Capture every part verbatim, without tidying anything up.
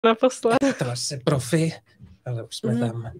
naposled. To asi profi, ale už jsme mm. tam.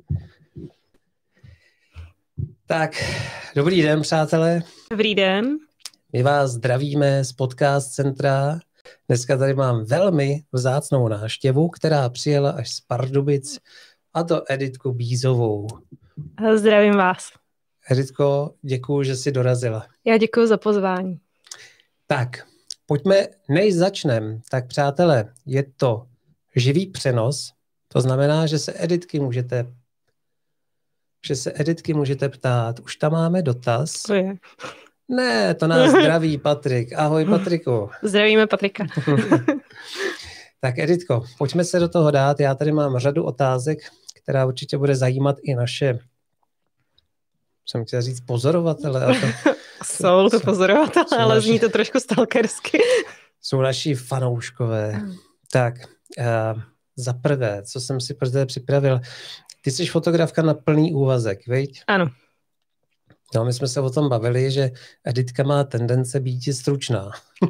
Tak, dobrý den, přátelé. Dobrý den. My vás zdravíme z Podcast Centra. Dneska tady mám velmi vzácnou návštěvu, která přijela až z Pardubic, a to Editku Bízovou. Zdravím vás. Editko, děkuju, že jsi dorazila. Já děkuju za pozvání. Tak, pojďme, než začneme, tak přátelé, je to živý přenos, to znamená, že se Editky můžete že se Editky můžete ptát. Už tam máme dotaz. To je. Ne, to nás zdraví Patrik. Ahoj, Patriku. Zdravíme Patrika. Tak Editko, pojďme se do toho dát. Já tady mám řadu otázek, která určitě bude zajímat i naše, jsem chtěl říct pozorovatele. A to, jsou to pozorovatele, jsou ale naši, zní to trošku stalkersky. Jsou naši fanouškové. Mm. Tak, uh, za prvé, co jsem si pro tebe připravil. Ty jsi fotografka na plný úvazek, viď? Ano. No, my jsme se o tom bavili, že Editka má tendence být stručná.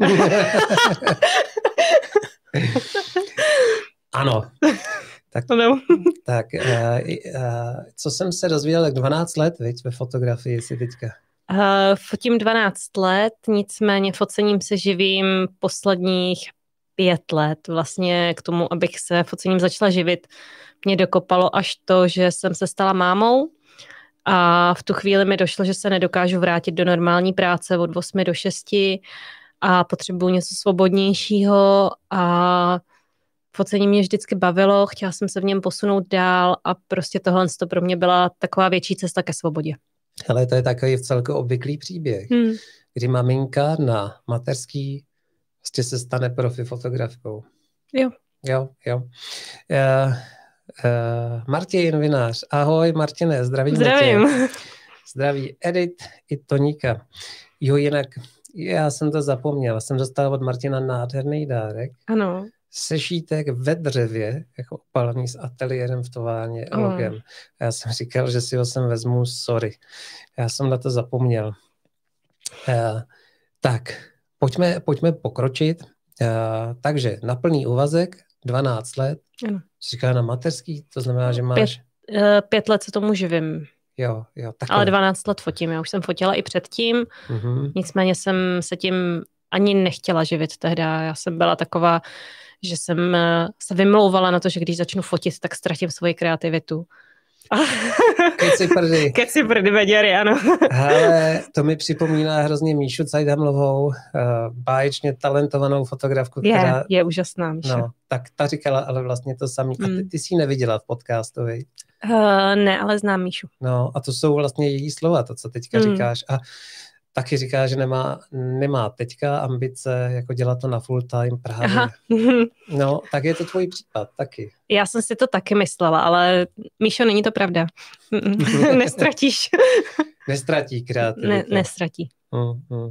Ano. Tak, no. tak uh, uh, co jsem se dozvěděl, tak dvanáct let, viď, ve fotografii si teďka? Uh, fotím dvanáct let, nicméně focením se živím posledních pět let. Vlastně k tomu, abych se focením začala živit, mě dokopalo až to, že jsem se stala mámou a v tu chvíli mi došlo, že se nedokážu vrátit do normální práce od osmi do šesti a potřebuju něco svobodnějšího a focení mě vždycky bavilo, chtěla jsem se v něm posunout dál a prostě tohle to pro mě byla taková větší cesta ke svobodě. Hele, to je takový vcelku obvyklý příběh, hmm. kdy maminka na mateřský prostě se stane profi fotografkou. Jo. Jo, jo. Uh, Uh, Martin Vinář. Ahoj, Martine, zdravím. Zdravím. Tě. Zdraví Edit i Toníka. Jo, jinak já jsem to zapomněl. Jsem dostal od Martina nádherný dárek. Ano. Sešítek ve dřevě, jako opalený s ateliérem v továrně oh. logem. Já jsem říkal, že si ho sem vezmu, sorry. Já jsem na to zapomněl. Uh, tak, pojďme, pojďme pokročit. Uh, takže na plný úvazek, dvanáct let. Ano. Říká na mateřský, to znamená, že máš... Pět, uh, pět let se tomu živím. Jo, jo. Takhle. Ale dvanáct let fotím. Já už jsem fotila i předtím, mm-hmm. nicméně jsem se tím ani nechtěla živit tehdy. Já jsem byla taková, že jsem se vymlouvala na to, že když začnu fotit, tak ztratím svoji kreativitu. Keci prdy. Keci prdy, beděry, ano. Hele, to mi připomíná hrozně Míšu Cajdamlovou, uh, báječně talentovanou fotografku, která... Je, je úžasná, Míša. No, tak ta říkala, ale vlastně to samý. Mm. A ty, ty jsi ji neviděla v podcastu, viď? Uh, ne, ale znám Míšu. No, a to jsou vlastně její slova, to, co teďka mm. říkáš. A taky říká, že nemá, nemá teďka ambice jako dělat to na full time právě. Aha. No, tak je to tvůj případ taky. Já jsem si to taky myslela, ale Míšo, není to pravda. Nestratíš. Nestratí kreativitu. Ne, nestratí. Mm, mm. Uh,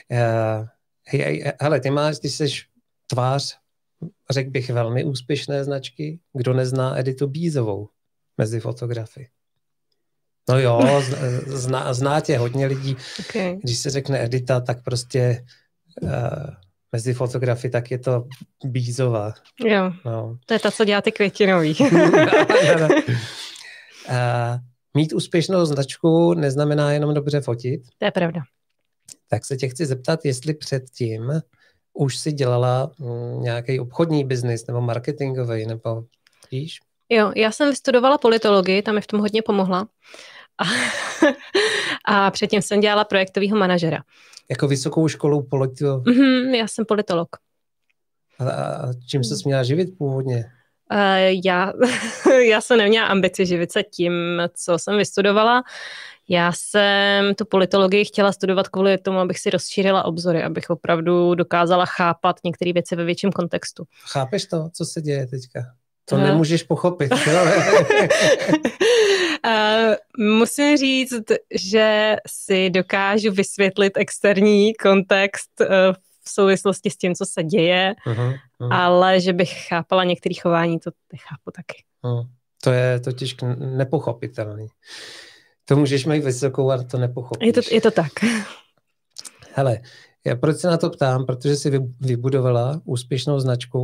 hej, hej, hele, ty máš, ty jsi tvář, řekl bych, velmi úspěšné značky. Kdo nezná Editu Bízovou mezi fotografy? No jo, zná, zná tě hodně lidí. Okay. Když se řekne Edita, tak prostě uh, mezi fotografy, tak je to Bízová. Jo, no. To je ta, co dělá ty květinový. uh, mít úspěšnou značku neznamená jenom dobře fotit. To je pravda. Tak se tě chci zeptat, jestli předtím už si dělala mm, nějaký obchodní biznis nebo marketingový, nebo víš? Jo, já jsem vystudovala politologii, tam mi v tom hodně pomohla. A, a předtím jsem dělala projektového manažera. Jako vysokou školu politolog? Mm-hmm, já jsem politolog. A, a čím se směla živit původně? Uh, já, já jsem neměla ambici živit se tím, co jsem vystudovala. Já jsem tu politologii chtěla studovat kvůli tomu, abych si rozšířila obzory, abych opravdu dokázala chápat některé věci ve větším kontextu. Chápeš to, co se děje teďka? To uh. nemůžeš pochopit. uh, musím říct, že si dokážu vysvětlit externí kontext uh, v souvislosti s tím, co se děje, uh-huh, uh. ale že bych chápala některé chování, to nechápu taky. Uh. To je totiž nepochopitelný. To můžeš mít vysokou, ale to nepochopíš. Je to, je to tak. Hele, já proč se na to ptám? Protože jsi vybudovala úspěšnou značku,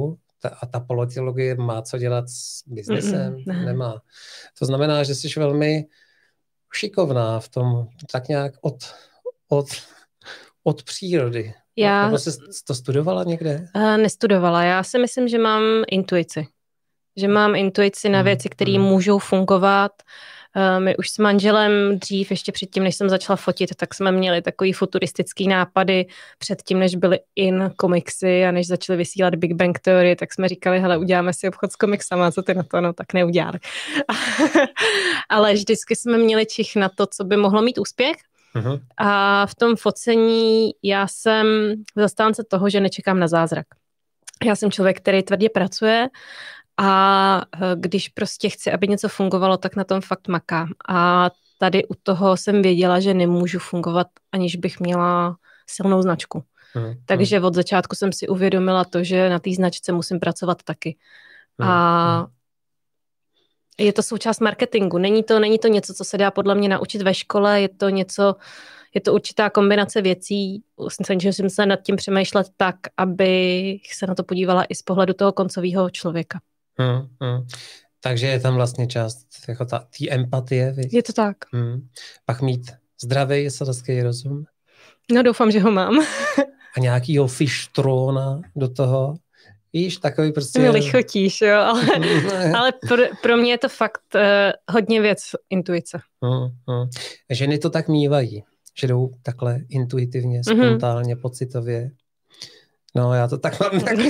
ta, a ta politologie má co dělat s biznesem? Mm, ne. Nemá. To znamená, že jsi velmi šikovná v tom, tak nějak od, od, od přírody. Já Nebo jsi to studovala někde? Uh, nestudovala. Já si myslím, že mám intuici. Že mám intuici na věci, které mm. můžou fungovat. Uh, my už s manželem dřív, ještě předtím, než jsem začala fotit, tak jsme měli takový futuristický nápady. Předtím, než byly in komiksy a než začaly vysílat Big Bang Theory, tak jsme říkali, hele, uděláme si obchod s komiksama, co ty na to? No, tak neudělali. Ale vždycky jsme měli čich na to, co by mohlo mít úspěch. Uh-huh. A v tom focení já jsem zastánce toho, že nečekám na zázrak. Já jsem člověk, který tvrdě pracuje a když prostě chci, aby něco fungovalo, tak na tom fakt makám. A tady u toho jsem věděla, že nemůžu fungovat, aniž bych měla silnou značku. Uh-huh. Takže od začátku jsem si uvědomila to, že na té značce musím pracovat taky. Uh-huh. A je to součást marketingu. Není to, není to něco, co se dá podle mě naučit ve škole, je to něco, je to určitá kombinace věcí. Snažím jsem se nad tím přemýšlet tak, abych se na to podívala i z pohledu toho koncového člověka. Hmm, hmm. Takže je tam vlastně část jako ta, tý empatie. Víc? Je to tak. Hmm. Pak mít zdravý selský rozum. No doufám, že ho mám. A nějakýho fištrona do toho. Víš, takový prostě... Mě lichotíš, jo, ale, ale pro, pro mě je to fakt uh, hodně věc intuice. Hmm, hmm. Ženy to tak mívají, že jdou takhle intuitivně, spontánně, mm-hmm. pocitově. No, já to tak mám taky.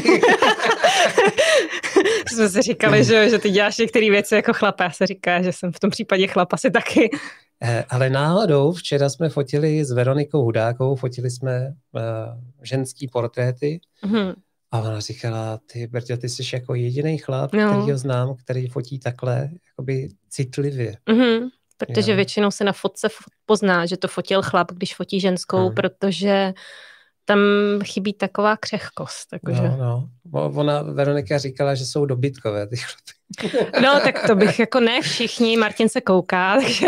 Jsme si říkali, že, že ty děláš některé věci jako chlap, já se říká, že jsem v tom případě chlap asi taky. Ale náhodou včera jsme fotili s Veronikou Hudákovou, fotili jsme uh, ženský portréty. Mm-hmm. A ona říkala, ty Berťo, ty jsi jako jediný chlap, no. který ho znám, který fotí takhle jakoby citlivě. Mm-hmm. Protože jo. většinou se na fotce pozná, že to fotil chlap, když fotí ženskou, hmm. protože tam chybí taková křehkost. Takže... No, no. Ona, Veronika říkala, že jsou dobytkové ty chlapy. No, tak to bych jako ne všichni, Martin se kouká, takže...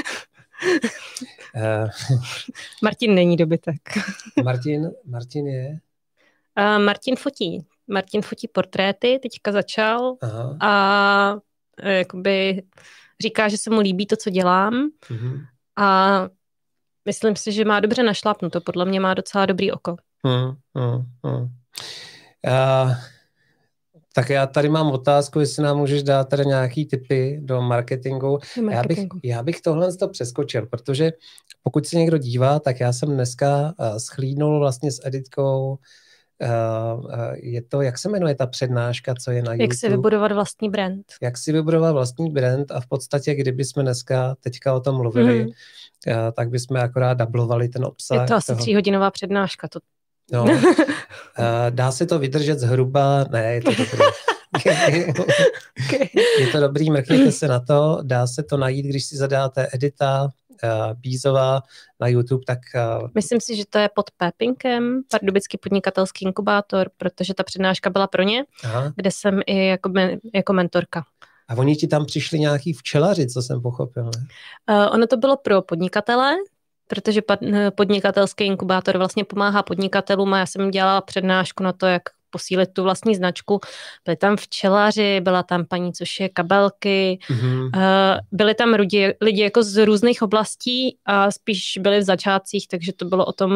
Martin není dobytek. Martin, Martin je... Uh, Martin fotí. Martin fotí portréty, teďka začal. Aha. A jakoby říká, že se mu líbí to, co dělám. Mm-hmm. A myslím si, že má dobře našlápnuto. Podle mě má docela dobrý oko. Mm, mm, mm. Uh, tak já tady mám otázku, jestli nám můžeš dát tady nějaký tipy do marketingu. Do marketingu. Já, bych, já bych tohle to přeskočil, protože pokud se někdo dívá, tak já jsem dneska uh, schlídnul vlastně s Editkou. Uh, uh, je to, jak se jmenuje ta přednáška, co je na jak YouTube? Jak si vybudovat vlastní brand. Jak si vybudovat vlastní brand a v podstatě, kdyby jsme dneska teďka o tom mluvili, mm. uh, tak bychom akorát dublovali ten obsah. Je to asi toho... tříhodinová přednáška. To... No, uh, dá se to vydržet zhruba, ne, je to dobrý. Okay. Je to dobrý, mrkněte se na to, dá se to najít, když si zadáte Edita uh, Bízová na YouTube, tak... Uh... Myslím si, že to je pod Pépinkem, Pardubický podnikatelský inkubátor, protože ta přednáška byla pro ně, aha. kde jsem i jako, jako mentorka. A oni ti tam přišli nějaký včelaři, co jsem pochopil, ne? Uh, ono to bylo pro podnikatele, protože podnikatelský inkubátor vlastně pomáhá podnikatelům a já jsem dělala přednášku na to, jak posílit tu vlastní značku. Byli tam včelaři, byla tam paní, což je kabelky, mm-hmm. byli tam lidi, lidi jako z různých oblastí a spíš byli v začátcích, takže to bylo o tom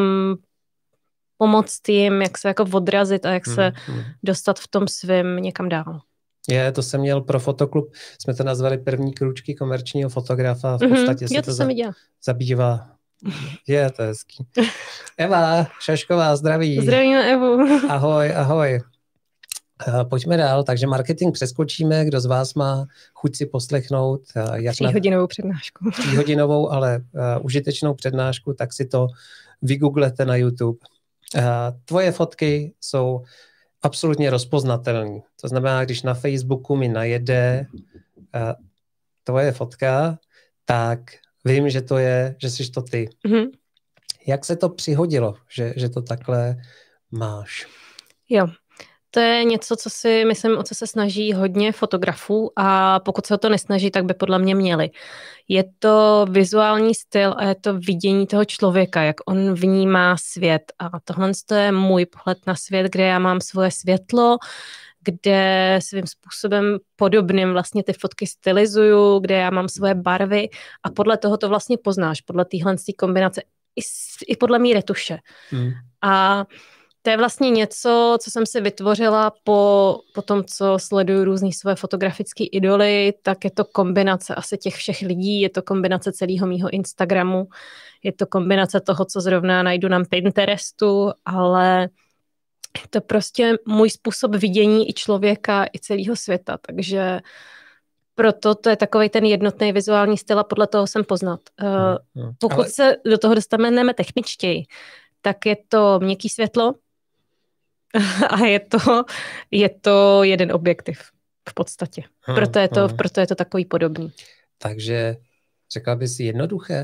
pomoct jim, jak se jako odrazit a jak se mm-hmm. dostat v tom svým někam dál. Je, to jsem měl pro fotoklub, jsme to nazvali první krůčky komerčního fotografa, v podstatě mm-hmm. jo, se to to za, zabývá. Je, to je hezký. Eva Šašková, zdraví. Zdravíme Evu. Ahoj, ahoj. Uh, pojďme dál, takže marketing přeskočíme, kdo z vás má chuť si poslechnout. Uh, jak tříhodinovou přednášku. Tříhodinovou, ale uh, užitečnou přednášku, tak si to vygooglete na YouTube. Uh, tvoje fotky jsou absolutně rozpoznatelné. To znamená, když na Facebooku mi najede uh, tvoje fotka, tak vím, že to je, že jsi to ty. Mm-hmm. Jak se to přihodilo, že, že to takhle máš? Jo, to je něco, co si myslím, o co se snaží hodně fotografů a pokud se o to nesnaží, tak by podle mě měli. Je to vizuální styl a je to vidění toho člověka, jak on vnímá svět a tohle je můj pohled na svět, kde já mám svoje světlo, kde svým způsobem podobným vlastně ty fotky stylizuju, kde já mám svoje barvy a podle toho to vlastně poznáš, podle téhle kombinace i, i podle mý retuše. Hmm. A to je vlastně něco, co jsem si vytvořila po, po tom, co sleduju různý své fotografické idoly, tak je to kombinace asi těch všech lidí, je to kombinace celého mýho Instagramu, je to kombinace toho, co zrovna najdu na Pinterestu, ale je to prostě můj způsob vidění i člověka, i celého světa, takže proto to je takovej ten jednotný vizuální styl a podle toho jsem poznat. Hmm, hmm. Pokud ale... se do toho dostaneme techničtěji, tak je to měkký světlo a je to, je to jeden objektiv v podstatě. Hmm, proto, je to, hmm. proto je to takový podobný. Takže řekla bys jednoduché?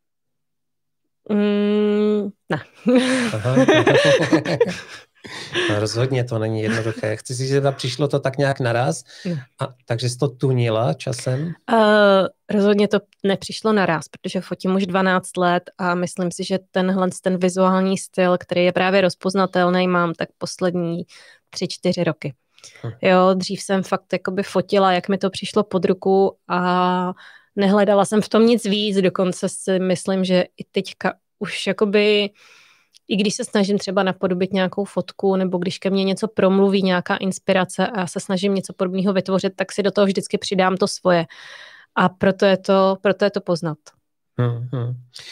Mm, ne. Aha. No, rozhodně to není jednoduché. Chci si, že přišlo to tak nějak naraz, a, takže jsi to tunila časem? Uh, rozhodně to nepřišlo naraz, protože fotím už dvanáct let a myslím si, že tenhle ten vizuální styl, který je právě rozpoznatelný, mám tak poslední tři, čtyři roky. Hm. Jo, dřív jsem fakt jakoby fotila, jak mi to přišlo pod ruku a nehledala jsem v tom nic víc, dokonce si myslím, že i teďka už jakoby i když se snažím třeba napodobit nějakou fotku, nebo když ke mně něco promluví, nějaká inspirace a já se snažím něco podobného vytvořit, tak si do toho vždycky přidám to svoje. A proto je to, proto je to poznat. Hmm, hmm. Uh,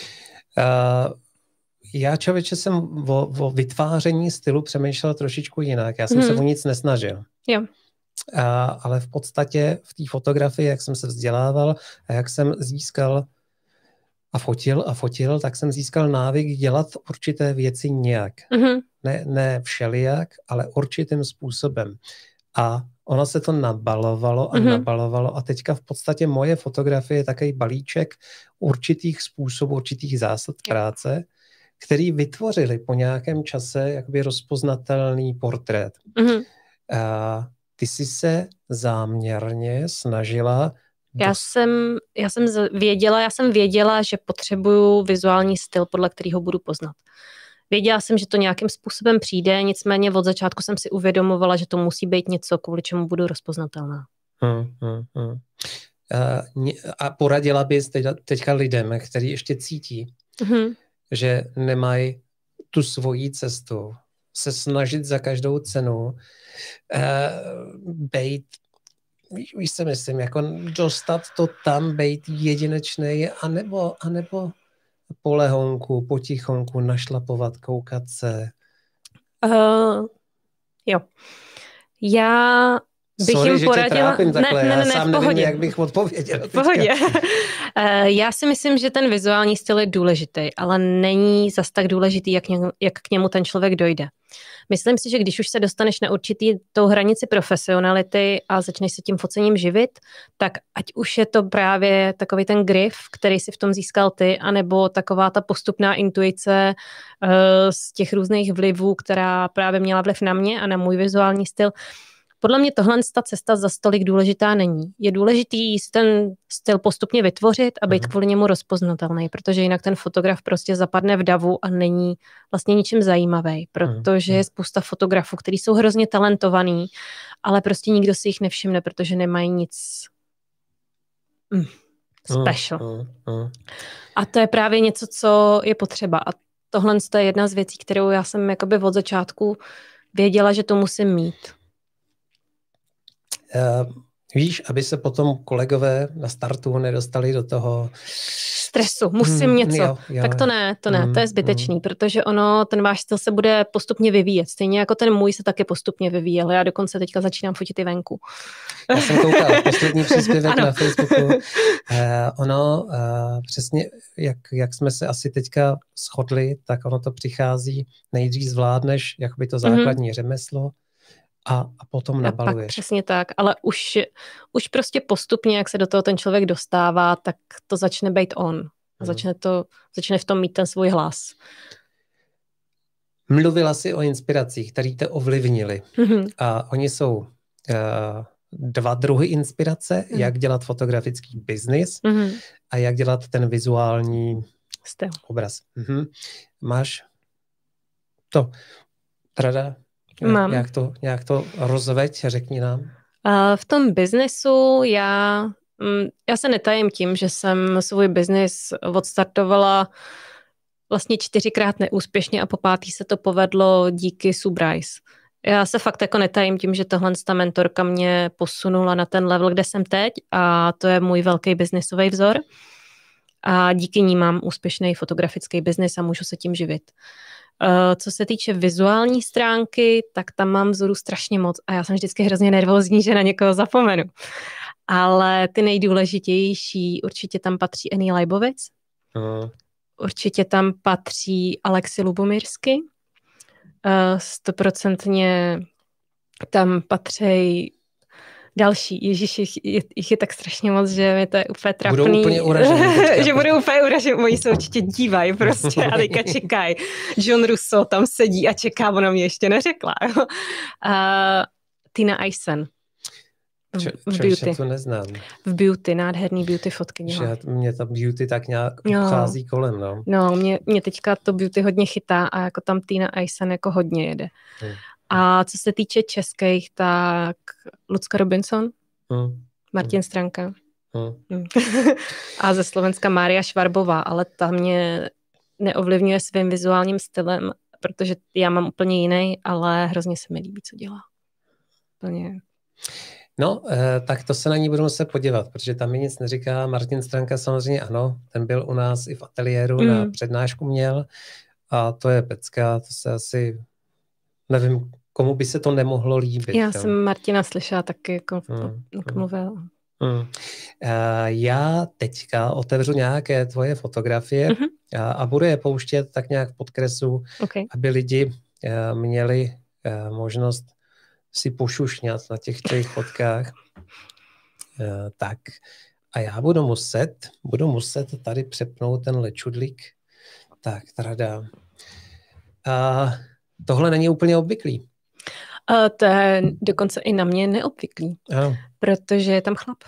já člověče jsem o, o vytváření stylu přemýšlel trošičku jinak. Já jsem hmm. se o nic nesnažil. Jo. Uh, ale v podstatě v té fotografii, jak jsem se vzdělával a jak jsem získal a fotil a fotil, tak jsem získal návyk dělat určité věci nějak. Mm-hmm. Ne, ne všelijak, ale určitým způsobem. A ono se to nabalovalo a mm-hmm. nabalovalo a teďka v podstatě moje fotografie je takový balíček určitých způsobů, určitých zásad práce, který vytvořili po nějakém čase jakoby rozpoznatelný portrét. Mm-hmm. A ty jsi se záměrně snažila Já jsem, já jsem věděla, já jsem věděla, že potřebuju vizuální styl, podle kterého budu poznat. Věděla jsem, že to nějakým způsobem přijde, nicméně od začátku jsem si uvědomovala, že to musí být něco, kvůli čemu budu rozpoznatelná. Hmm, hmm, hmm. A poradila bys teďka, teďka lidem, kteří ještě cítí, hmm. že nemají tu svoji cestu, se snažit za každou cenu uh, bejt Víš, víš co myslím, jako dostat to tam, být jedinečnej, anebo, anebo po lehonku, potichonku, našlapovat, koukat se? Uh, jo. Já bych Sorry, jim že poradila... tě trápím takhle, ne, ne, ne, já sám nevím, jak bych odpověděl. V pohodě. Já si myslím, že ten vizuální styl je důležitý, ale není zas tak důležitý, jak, ně, jak k němu ten člověk dojde. Myslím si, že když už se dostaneš na určitý tou hranici profesionality a začneš se tím focením živit, tak ať už je to právě takový ten grif, který si v tom získal ty, anebo taková ta postupná intuice uh, z těch různých vlivů, která právě měla vliv na mě a na můj vizuální styl. Podle mě tohle ta cesta za stolik důležitá není. Je důležitý ten styl postupně vytvořit a být mm. kvůli němu rozpoznatelný, protože jinak ten fotograf prostě zapadne v davu a není vlastně ničím zajímavý, protože mm. je spousta fotografů, kteří jsou hrozně talentovaní, ale prostě nikdo si jich nevšimne, protože nemají nic mm, special. Mm. Mm. A to je právě něco, co je potřeba. A tohle je jedna z věcí, kterou já jsem jakoby od začátku věděla, že to musím mít. Uh, víš, aby se potom kolegové na startu nedostali do toho stresu, musím mm, něco. Jo, jo, tak to ne, to ne, mm, to je zbytečný, mm. protože ono, ten váš styl se bude postupně vyvíjet. Stejně jako ten můj se taky postupně vyvíjel. Já dokonce teďka začínám fotit i venku. Já jsem koukal poslední příspěvek na Facebooku. Uh, ono, uh, přesně jak, jak jsme se asi teďka shodli, tak ono to přichází, nejdřív zvládneš jakoby to základní mm. řemeslo, A, a potom nabaluješ. A pak přesně tak, ale už, už prostě postupně, jak se do toho ten člověk dostává, tak to začne být on. A začne, to, začne v tom mít ten svůj hlas. Mluvila jsi o inspiracích, které te ovlivnily. Mm-hmm. A oni jsou uh, dva druhy inspirace, mm-hmm. jak dělat fotografický biznis mm-hmm. a jak dělat ten vizuální styl. Obraz. Mm-hmm. Máš to, Rada, Mám. Jak to, jak to rozveď, řekni nám. Uh, v tom biznesu já, um, já se netajím tím, že jsem svůj biznis odstartovala vlastně čtyřikrát neúspěšně a po pátý se to povedlo díky Subrise. Já se fakt jako netajím tím, že tohle ta mentorka mě posunula na ten level, kde jsem teď a to je můj velký biznisový vzor. A díky ní mám úspěšný fotografický biznis a můžu se tím živit. Co se týče vizuální stránky, tak tam mám vzorů strašně moc a já jsem vždycky hrozně nervózní, že na někoho zapomenu. Ale ty nejdůležitější určitě tam patří Annie Leibovic, uh. určitě tam patří Alexi Lubomírsky, stoprocentně tam patří další. Ježiš, jich, jich je tak strašně moc, že mi to je úplně trapný. Budou úplně uražený. že budou úplně uražený. Moji se určitě dívají prostě a teďka čekají. John Russo tam sedí a čeká, ona mě ještě neřekla. uh, Tina Eisen. V, v beauty. To neznám. V beauty, nádherný beauty fotky. Že mě ta beauty tak nějak no. obchází kolem, no. No, mě, mě teďka to beauty hodně chytá a jako tam Tina Eisen jako hodně jede. Hmm. A co se týče českých, tak Lucka Robinson, hmm. Martin hmm. Stranka hmm. a ze Slovenska Mária Švarbová, ale ta mě neovlivňuje svým vizuálním stylem, protože já mám úplně jiný, ale hrozně se mi líbí, co dělá. Plně. No, eh, tak to se na ní budu muset podívat, protože tam mi nic neříká. Martin Stranka samozřejmě ano, ten byl u nás i v ateliéru, mm. na přednášku měl a to je pecka, to se asi, nevím, komu by se to nemohlo líbit. Já jo. jsem Martina slyšela taky, jako, mm. jak mluvil. Mm. Eh, já teďka otevřu nějaké tvoje fotografie mm-hmm. a, a budu je pouštět tak nějak v podkresu, okay. aby lidi eh, měli eh, možnost si pošušňat na těch těch fotkách. E, tak. A já budu muset, budu muset tady přepnout ten lečudlík. Tak, trada. A tohle není úplně obvyklý. A to je dokonce i na mě neobvyklý. Ano. Protože je tam chlap.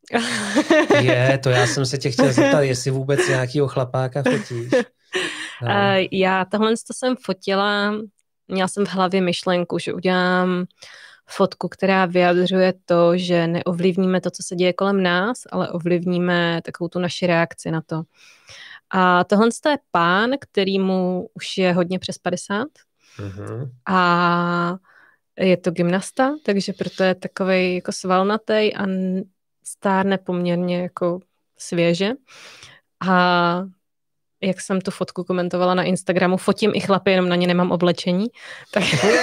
Je, to já jsem se tě chtěla zeptat, jestli vůbec nějakýho chlapáka fotíš. No. A já tohle to jsem fotila. Měla jsem v hlavě myšlenku, že udělám fotku, která vyjadřuje to, že neovlivníme to, co se děje kolem nás, ale ovlivníme takovou tu naši reakci na to. A tohle je pán, kterýmu už je hodně přes padesát uh-huh. a je to gymnasta, takže proto je takovej jako svalnatej a stárne poměrně jako svěže. A jak jsem tu fotku komentovala na Instagramu, fotím i chlapy, jenom na ně nemám oblečení. Tak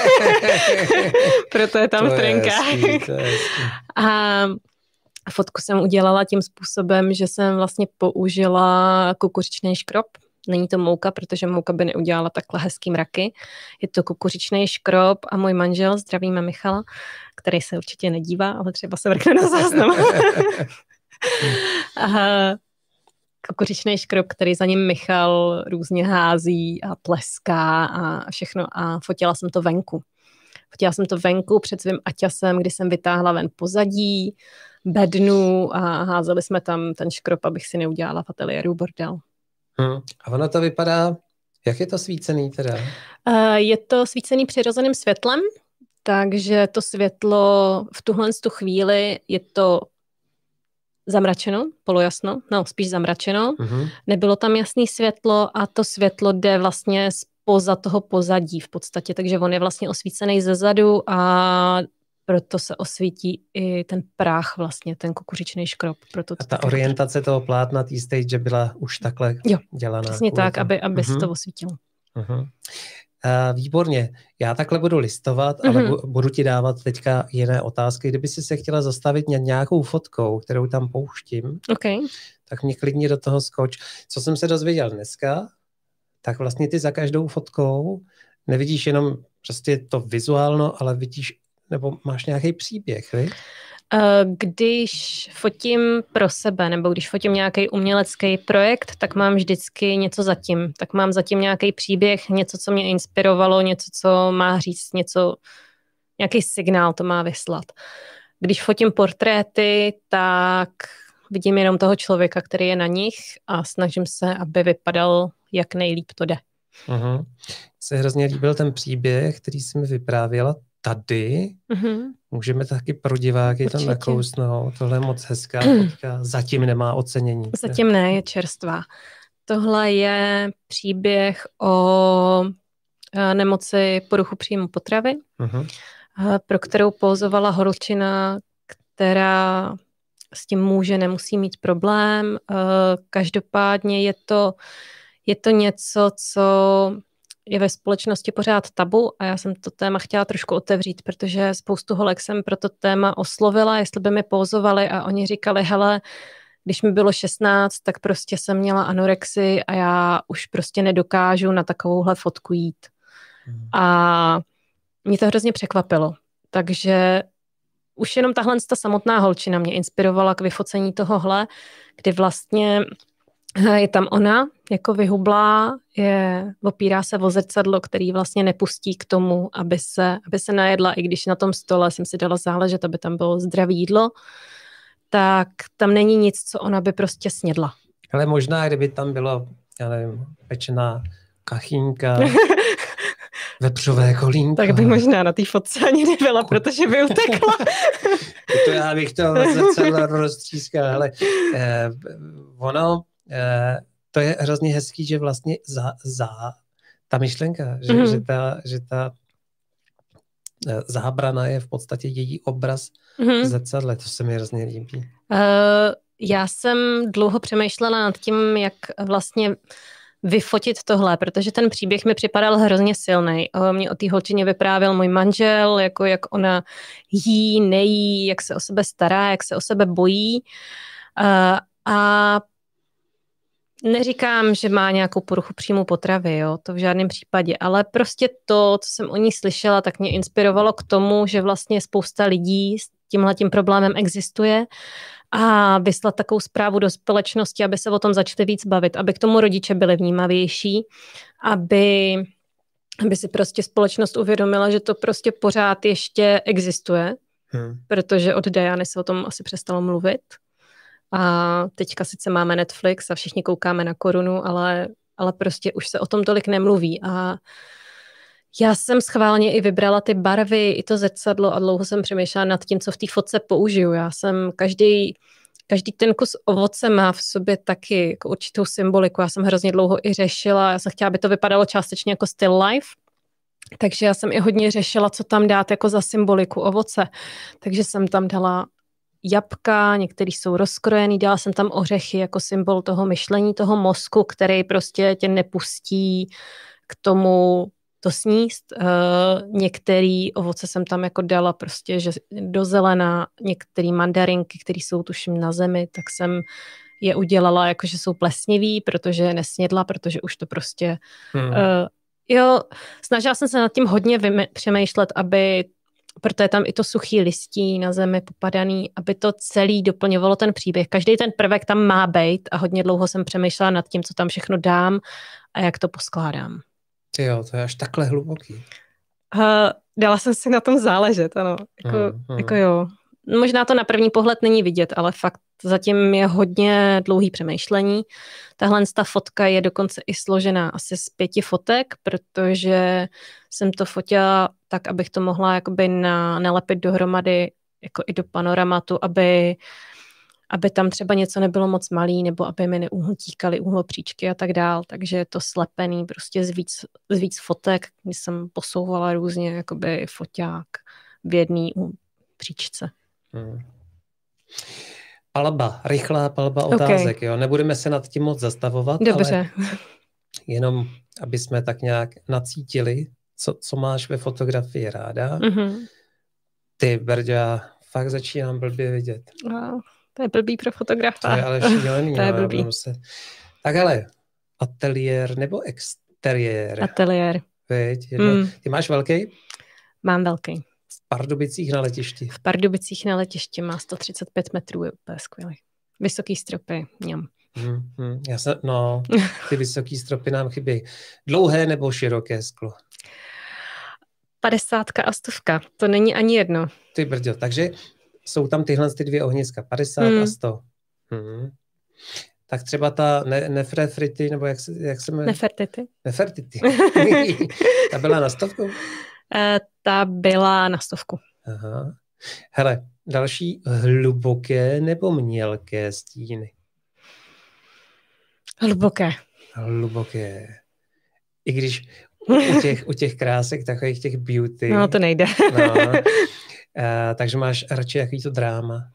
proto je tam v trenkách. A fotku jsem udělala tím způsobem, že jsem vlastně použila kukuřičný škrob. Není to mouka, protože mouka by neudělala takhle hezký mraky. Je to kukuřičný škrob a můj manžel, zdravíme Michala, který se určitě nedívá, ale třeba se vrkne na záznam. A kukuřičný škrob, který za ním Michal různě hází a pleská a všechno. A fotila jsem to venku. Fotila jsem to venku před svým aťasem, kdy jsem vytáhla ven pozadí, bednu a házeli jsme tam ten škrob, abych si neudělala v ateliéru bordel. Hmm. A ono to vypadá, jak je to svícený teda? Uh, je to svícený přirozeným světlem, takže to světlo v tuhle tu chvíli je to zamračeno, polojasno, no spíš zamračeno. Uh-huh. Nebylo tam jasný světlo a to světlo jde vlastně spoza toho pozadí v podstatě, takže on je vlastně osvícený zezadu a proto se osvítí i ten prach vlastně, ten kukuřičný škrob. Proto a ta orientace toho plátna té stage byla už takhle jo, dělaná. Přesně tak, aby, aby uh-huh. se to osvítilo. Uh-huh. Uh, výborně. Já takhle budu listovat, uh-huh. ale bu- budu ti dávat teďka jiné otázky. Kdyby si se chtěla zastavit nějakou fotkou, kterou tam pouštím, okay. tak mě klidně do toho skoč. Co jsem se dozvěděl dneska, tak vlastně ty za každou fotkou nevidíš jenom prostě to vizuálno, ale vidíš, nebo máš nějaký příběh, vi? Když fotím pro sebe, nebo když fotím nějaký umělecký projekt, tak mám vždycky něco zatím. Tak mám zatím nějaký příběh, něco, co mě inspirovalo, něco, co má říct, něco, nějaký signál to má vyslat. Když fotím portréty, tak vidím jenom toho člověka, který je na nich a snažím se, aby vypadal, jak nejlíp to jde. Uh-huh. Se hrozně líbil ten příběh, který jsi mi vyprávěla tady. Uh-huh. Můžeme taky pro diváky to nakousnout. Tohle je moc hezká fotka. Zatím nemá ocenění. Zatím ne, je čerstvá. Tohle je příběh o nemoci poruchu příjmu potravy, uh-huh. pro kterou pózovala holčina, která s tím může, nemusí mít problém. Každopádně je to, je to něco, co je ve společnosti pořád tabu a já jsem to téma chtěla trošku otevřít, protože spoustu holek jsem pro to téma oslovila, jestli by mi pózovali a oni říkali, hele, když mi bylo šestnáct, tak prostě jsem měla anorexii a já už prostě nedokážu na takovouhle fotku jít. Hmm. A mě to hrozně překvapilo. Takže už jenom tahle ta samotná holčina mě inspirovala k vyfocení tohohle, kdy vlastně je tam ona, jako vyhublá, je, opírá se o zrcadlo, který vlastně nepustí k tomu, aby se, aby se najedla, i když na tom stole jsem si dala záležet, aby tam bylo zdravé jídlo, tak tam není nic, co ona by prostě snědla. Ale možná, kdyby tam bylo, já nevím, pečená kachínka, vepřové kolínko. Tak by možná na té fotce ani nebyla, protože by utekla. To já bych to zrcadlo roztřískal. Ale eh, ono, eh, to je hrozně hezký, že vlastně za, za ta myšlenka, že, mm. že ta, že ta eh, zábrana je v podstatě její obraz mm. v zrcadle. To se mi hrozně líbí. Uh, já jsem dlouho přemýšlela nad tím, jak vlastně vyfotit tohle, protože ten příběh mi připadal hrozně silný. Mě o té holčině vyprávěl můj manžel, jako jak ona jí, nejí, jak se o sebe stará, jak se o sebe bojí. A, a neříkám, že má nějakou poruchu příjmu potravy, jo, to v žádném případě, ale prostě to, co jsem o ní slyšela, tak mě inspirovalo k tomu, že vlastně spousta lidí s tímhletím problémem existuje a vyslat takovou zprávu do společnosti, aby se o tom začali víc bavit, aby k tomu rodiče byli vnímavější, aby, aby si prostě společnost uvědomila, že to prostě pořád ještě existuje, hmm. protože od Diany se o tom asi přestalo mluvit. A teďka sice máme Netflix a všichni koukáme na korunu, ale, ale prostě už se o tom tolik nemluví. A já jsem schválně i vybrala ty barvy, i to zrcadlo a dlouho jsem přemýšlela nad tím, co v té fotce použiju. Já jsem každý, každý ten kus ovoce má v sobě taky jako určitou symboliku. Já jsem hrozně dlouho i řešila, já jsem chtěla, aby to vypadalo částečně jako still life, takže já jsem i hodně řešila, co tam dát jako za symboliku ovoce. Takže jsem tam dala jabka, některý jsou rozkrojený, dala jsem tam ořechy jako symbol toho myšlení, toho mozku, který prostě tě nepustí k tomu to sníst. Uh, některý ovoce jsem tam jako dala prostě, že do zelena, některý mandarinky, které jsou tuším na zemi, tak jsem je udělala jako, že jsou plesnivý, protože nesnědla, protože už to prostě... Hmm. Uh, jo, snažila jsem se nad tím hodně vyme- přemýšlet, aby, proto je tam i to suchý listí na zemi popadaný, aby to celý doplňovalo ten příběh. Každý ten prvek tam má být a hodně dlouho jsem přemýšlela nad tím, co tam všechno dám a jak to poskládám. Jo, to je až takhle hluboký. Uh, dala jsem si na tom záležet, ano. Jako, mm, mm. jako jo. Možná to na první pohled není vidět, ale fakt zatím je hodně dlouhý přemýšlení. Tahle ta fotka je dokonce i složená asi z pěti fotek, protože jsem to fotila tak, abych to mohla jakoby na, nalepit dohromady jako i do panoramatu, aby aby tam třeba něco nebylo moc malý, nebo aby mi neutíkaly úhlopříčky a tak dál. Takže je to slepený prostě z víc, z víc fotek, kdy jsem posouvala různě jakoby foťák v jedné příčce. Hmm. Palba, rychlá palba otázek, okay. Jo. Nebudeme se nad tím moc zastavovat, dobře. Ale jenom, aby jsme tak nějak nacítili, co, co máš ve fotografii ráda. Mm-hmm. Ty, Berďa, fakt začínám blbě vidět. Wow. To je blbý pro fotografa. To je ale šílený. To je blbý. Se... Tak hele, ateliér nebo exteriér? Ateliér. Veď, mm. Ty máš velký? Mám velký. V Pardubicích na letišti. V Pardubicích na letišti má sto třicet pět metrů, je úplně skvělý. Vysoký stropy, mňam. Hmm, hmm. Já jsem, no, ty vysoký stropy nám chybí. Dlouhé nebo široké sklo? Padesátka a stovka, to není ani jedno. Ty brďo, takže jsou tam tyhle ty dvě ohniska, padesát hmm. a sto. Hmm. Tak třeba ta ne- Nefertiti, nebo jak se, jak se jmenuje? Nefertiti. Nefertiti. Ta byla na stovku? Uh, ta byla na stovku. Aha. Hele, další hluboké nebo mělké stíny? Hluboké. Hluboké. I když u těch, u těch krásek, takových těch beauty. No, to nejde. No. Uh, takže máš radši jaký to dráma?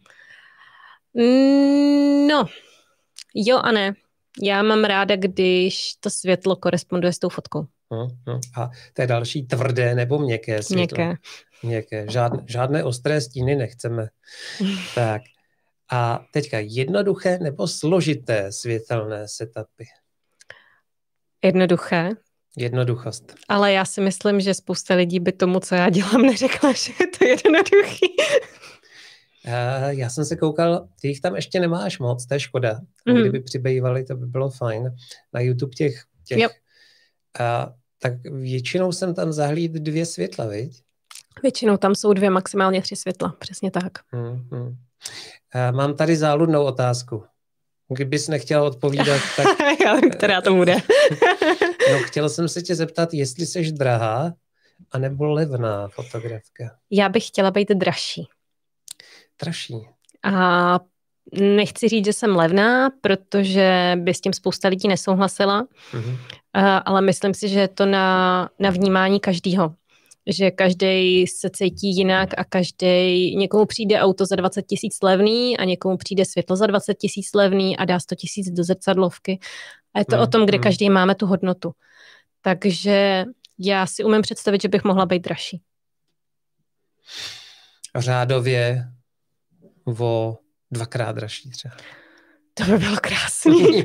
No, jo a ne. Já mám ráda, když to světlo koresponduje s tou fotkou. Hmm, hmm. A to je další tvrdé nebo měkké světlo? Měkké. Měkké. Žádné, žádné ostré stíny nechceme. Tak. A teďka jednoduché nebo složité světelné setupy? Jednoduché. Jednoduchost. Ale já si myslím, že spousta lidí by tomu, co já dělám, neřekla, že je to jednoduchý. Uh, já jsem se koukal, ty jich tam ještě nemáš moc, to je škoda. Mm. Kdyby přibývaly, to by bylo fajn. Na YouTube těch, těch yep. uh, tak většinou jsem tam zahlíd dvě světla, viď? Většinou tam jsou dvě, maximálně tři světla, přesně tak. Hmm, hmm. Uh, mám tady záludnou otázku. Kdybys nechtěla odpovídat, tak... Já vím, která to bude. No, chtěl jsem se tě zeptat, jestli seš drahá, anebo levná fotografka. Já bych chtěla být dražší. Dražší. A nechci říct, že jsem levná, protože by s tím spousta lidí nesouhlasila, mm-hmm. ale myslím si, že je to na, na vnímání každýho. Že každý se cítí jinak a každý, někomu přijde auto za dvacet tisíc levný a někomu přijde světlo za dvacet tisíc levný a dá sto tisíc do zrcadlovky. A je to mm, o tom, kde mm. každý máme tu hodnotu. Takže já si umím představit, že bych mohla být dražší. Řádově o dvakrát dražší třeba. To by bylo krásný.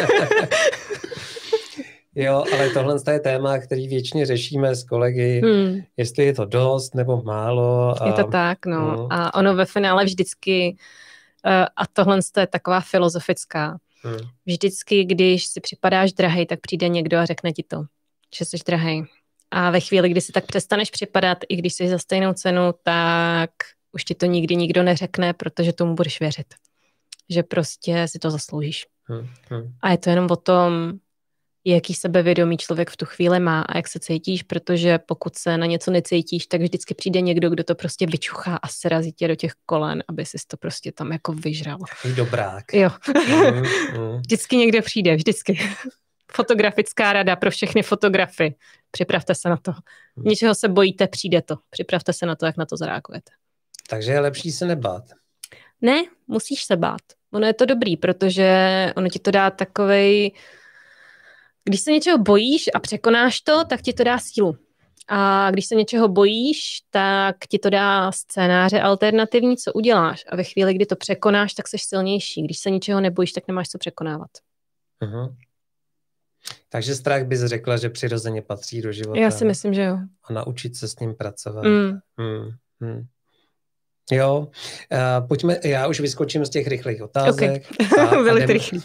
Jo, ale tohle je téma, který věčně řešíme s kolegy, hmm. jestli je to dost nebo málo. A... Je to tak, no. Hmm. A ono ve finále vždycky, a tohle je taková filozofická, hmm. vždycky, když si připadáš drahej, tak přijde někdo a řekne ti to, že jsi drahej. A ve chvíli, kdy si tak přestaneš připadat, i když jsi za stejnou cenu, tak už ti to nikdy nikdo neřekne, protože tomu budeš věřit. Že prostě si to zasloužíš. Hmm. Hmm. A je to jenom o tom, jaký sebevědomí člověk v tu chvíli má a jak se cítíš, protože pokud se na něco necítíš, tak vždycky přijde někdo, kdo to prostě vyčuchá a serazí tě do těch kolen, aby jsi to prostě tam jako vyžral. Takový dobrák. Jo. Mm, mm. Vždycky někdo přijde, vždycky. Fotografická rada pro všechny fotografy. Připravte se na to. Ničeho se bojíte, přijde to. Připravte se na to, jak na to zareagujete. Takže je lepší se nebát. Ne, musíš se bát. Ono je to dobrý, protože ono ti to dá takovej... Když se něčeho bojíš a překonáš to, tak ti to dá sílu. A když se něčeho bojíš, tak ti to dá scénáře alternativní, co uděláš. A ve chvíli, kdy to překonáš, tak jsi silnější. Když se něčeho nebojíš, tak nemáš co překonávat. Uh-huh. Takže strach bys řekla, že přirozeně patří do života. Já si myslím, že jo. A naučit se s ním pracovat. Mm. Hmm. Hmm. Jo, uh, pojďme, já už vyskočím z těch rychlých otázek. Okay. Byly jdem... rychlý.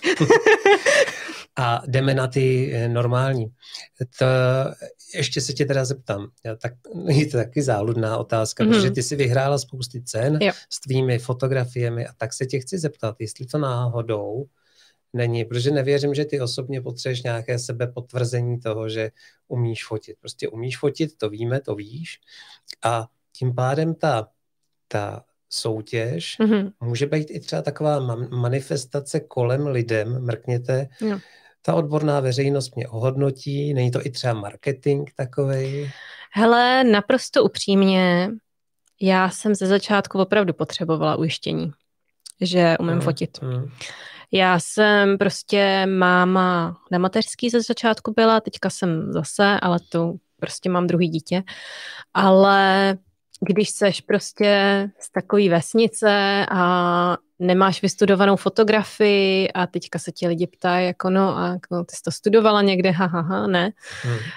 A jdeme na ty normální. To, ještě se tě teda zeptám, tak, je to taky záludná otázka, mm. protože ty si vyhrála spousty cen jo. s tvými fotografiemi a tak se tě chci zeptat, jestli to náhodou není, protože nevěřím, že ty osobně potřebuješ nějaké sebepotvrzení toho, že umíš fotit. Prostě umíš fotit, to víme, to víš a tím pádem ta, ta soutěž mm-hmm. může být i třeba taková manifestace kolem lidem, mrkněte, jo. Ta odborná veřejnost mě ohodnotí, není to i třeba marketing takovej? Hele, naprosto upřímně, já jsem ze začátku opravdu potřebovala ujištění, že umím mm, fotit. Mm. Já jsem prostě máma na mateřský ze začátku byla, teďka jsem zase, ale to prostě mám druhý dítě, ale když seš prostě z takové vesnice a nemáš vystudovanou fotografii a teďka se ti lidi ptají, jako no a no, ty jsi to studovala někde, ha, ha, ha ne. Hmm. Uh,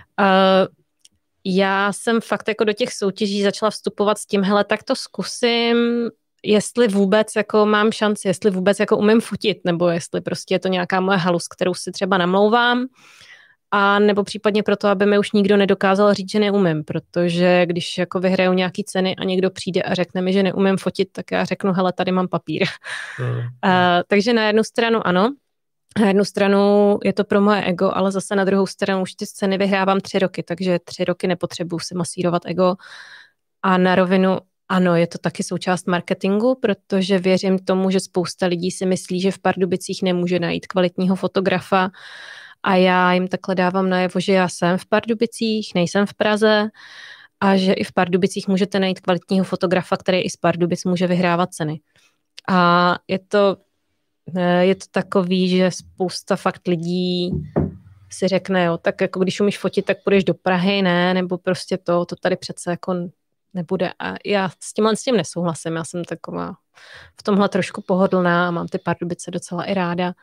já jsem fakt jako do těch soutěží začala vstupovat s tím, hele, tak to zkusím, jestli vůbec jako mám šanci, jestli vůbec jako umím fotit, nebo jestli prostě je to nějaká moje halus, kterou si třeba namlouvám, a nebo případně proto, aby mi už nikdo nedokázal říct, že neumím, protože když jako vyhraju nějaký ceny a někdo přijde a řekne mi, že neumím fotit, tak já řeknu, hele, tady mám papír. Hmm. Uh, takže na jednu stranu ano, Na jednu stranu je to pro moje ego, ale zase na druhou stranu už ty scény vyhrávám tři roky, takže tři roky nepotřebuji si masírovat ego. A na rovinu, ano, je to taky součást marketingu, protože věřím tomu, že spousta lidí si myslí, že v Pardubicích nemůže najít kvalitního fotografa a já jim takhle dávám najevo, že já jsem v Pardubicích, nejsem v Praze a že i v Pardubicích můžete najít kvalitního fotografa, který i z Pardubic může vyhrávat ceny. A je to, je to takový, že spousta fakt lidí si řekne, jo, tak jako když umíš fotit, tak půjdeš do Prahy, ne, nebo prostě to, to tady přece jako nebude. A já s tímhle s tím nesouhlasím, já jsem taková v tomhle trošku pohodlná a mám ty Pardubice docela i ráda.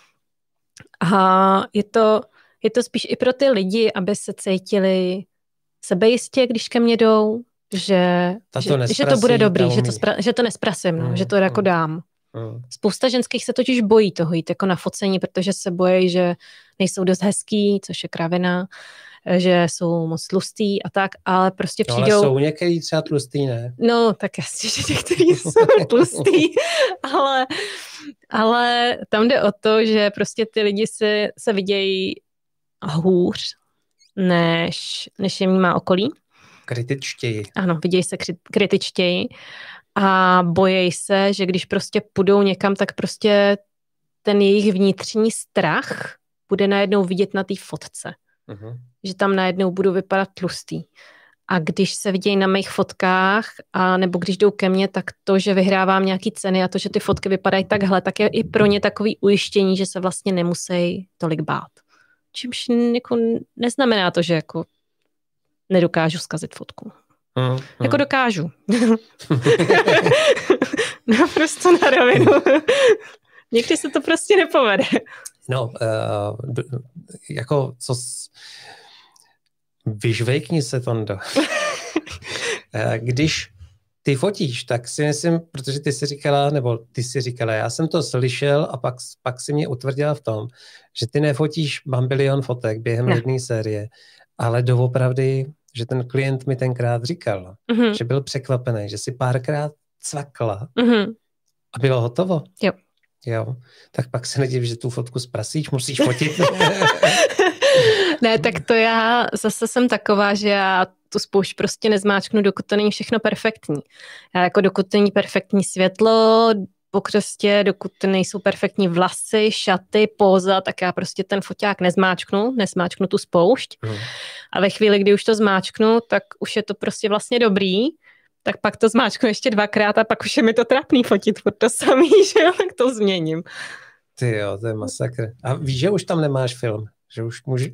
A je to, je to spíš i pro ty lidi, aby se cítili sebejistě, když ke mně jdou, že, že, že to bude dobrý, že to, spra, že to nesprasím, no, mm, že to jako mm, dám. Mm. Spousta ženských se totiž bojí toho jít jako na focení, protože se bojí, že nejsou dost hezký, což je kravina, že jsou moc tlustý a tak, ale prostě přijdou... No, ale jsou některý třeba tlustý, ne? No, tak jasně, že některý jsou tlustý, ale, ale tam jde o to, že prostě ty lidi se, se vidějí hůř, než, než jim má okolí. Kritičtěji. Ano, vidějí se kritičtěji a bojejí se, že když prostě půjdou někam, tak prostě ten jejich vnitřní strach bude najednou vidět na té fotce. Uh-huh. Že tam najednou budou vypadat tlustý. A když se vidějí na mých fotkách, a nebo když jdou ke mně, tak to, že vyhrávám nějaký ceny a to, že ty fotky vypadají takhle, tak je i pro ně takový ujištění, že se vlastně nemusí tolik bát. Čímž jako neznamená to, že jako nedokážu zkazit fotku. Uh, uh. Jako dokážu. Naprosto na rovinu. Někdy se to prostě nepovede. No, uh, jako co... S... Vyžvejkni se, Tondo. Když ty fotíš, tak si myslím, protože ty si říkala, nebo ty si říkala, já jsem to slyšel a pak, pak si mě utvrdila v tom, že ty nefotíš bambilion fotek během ne. jedné série, ale doopravdy, že ten klient mi tenkrát říkal, mm-hmm. že byl překvapený, že si párkrát cvakla mm-hmm. a bylo hotovo. Jo. Jo, tak pak se nedív, že tu fotku zprasíš, musíš fotit. Ne, tak to já zase jsem taková, že já tu spoušť prostě nezmáčknu, dokud to není všechno perfektní. Já jako dokud není perfektní světlo, pokřestě, dokud nejsou perfektní vlasy, šaty, póza, tak já prostě ten foťák nezmáčknu, nesmáčknu tu spoušť. Hmm. A ve chvíli, kdy už to zmáčknu, tak už je to prostě vlastně dobrý, tak pak to zmáčknu ještě dvakrát a pak už je mi to trapný fotit furt to samý, že jo, tak to změním. Ty jo, to je masakr. A víš, že už tam nemáš film? Že už můžu...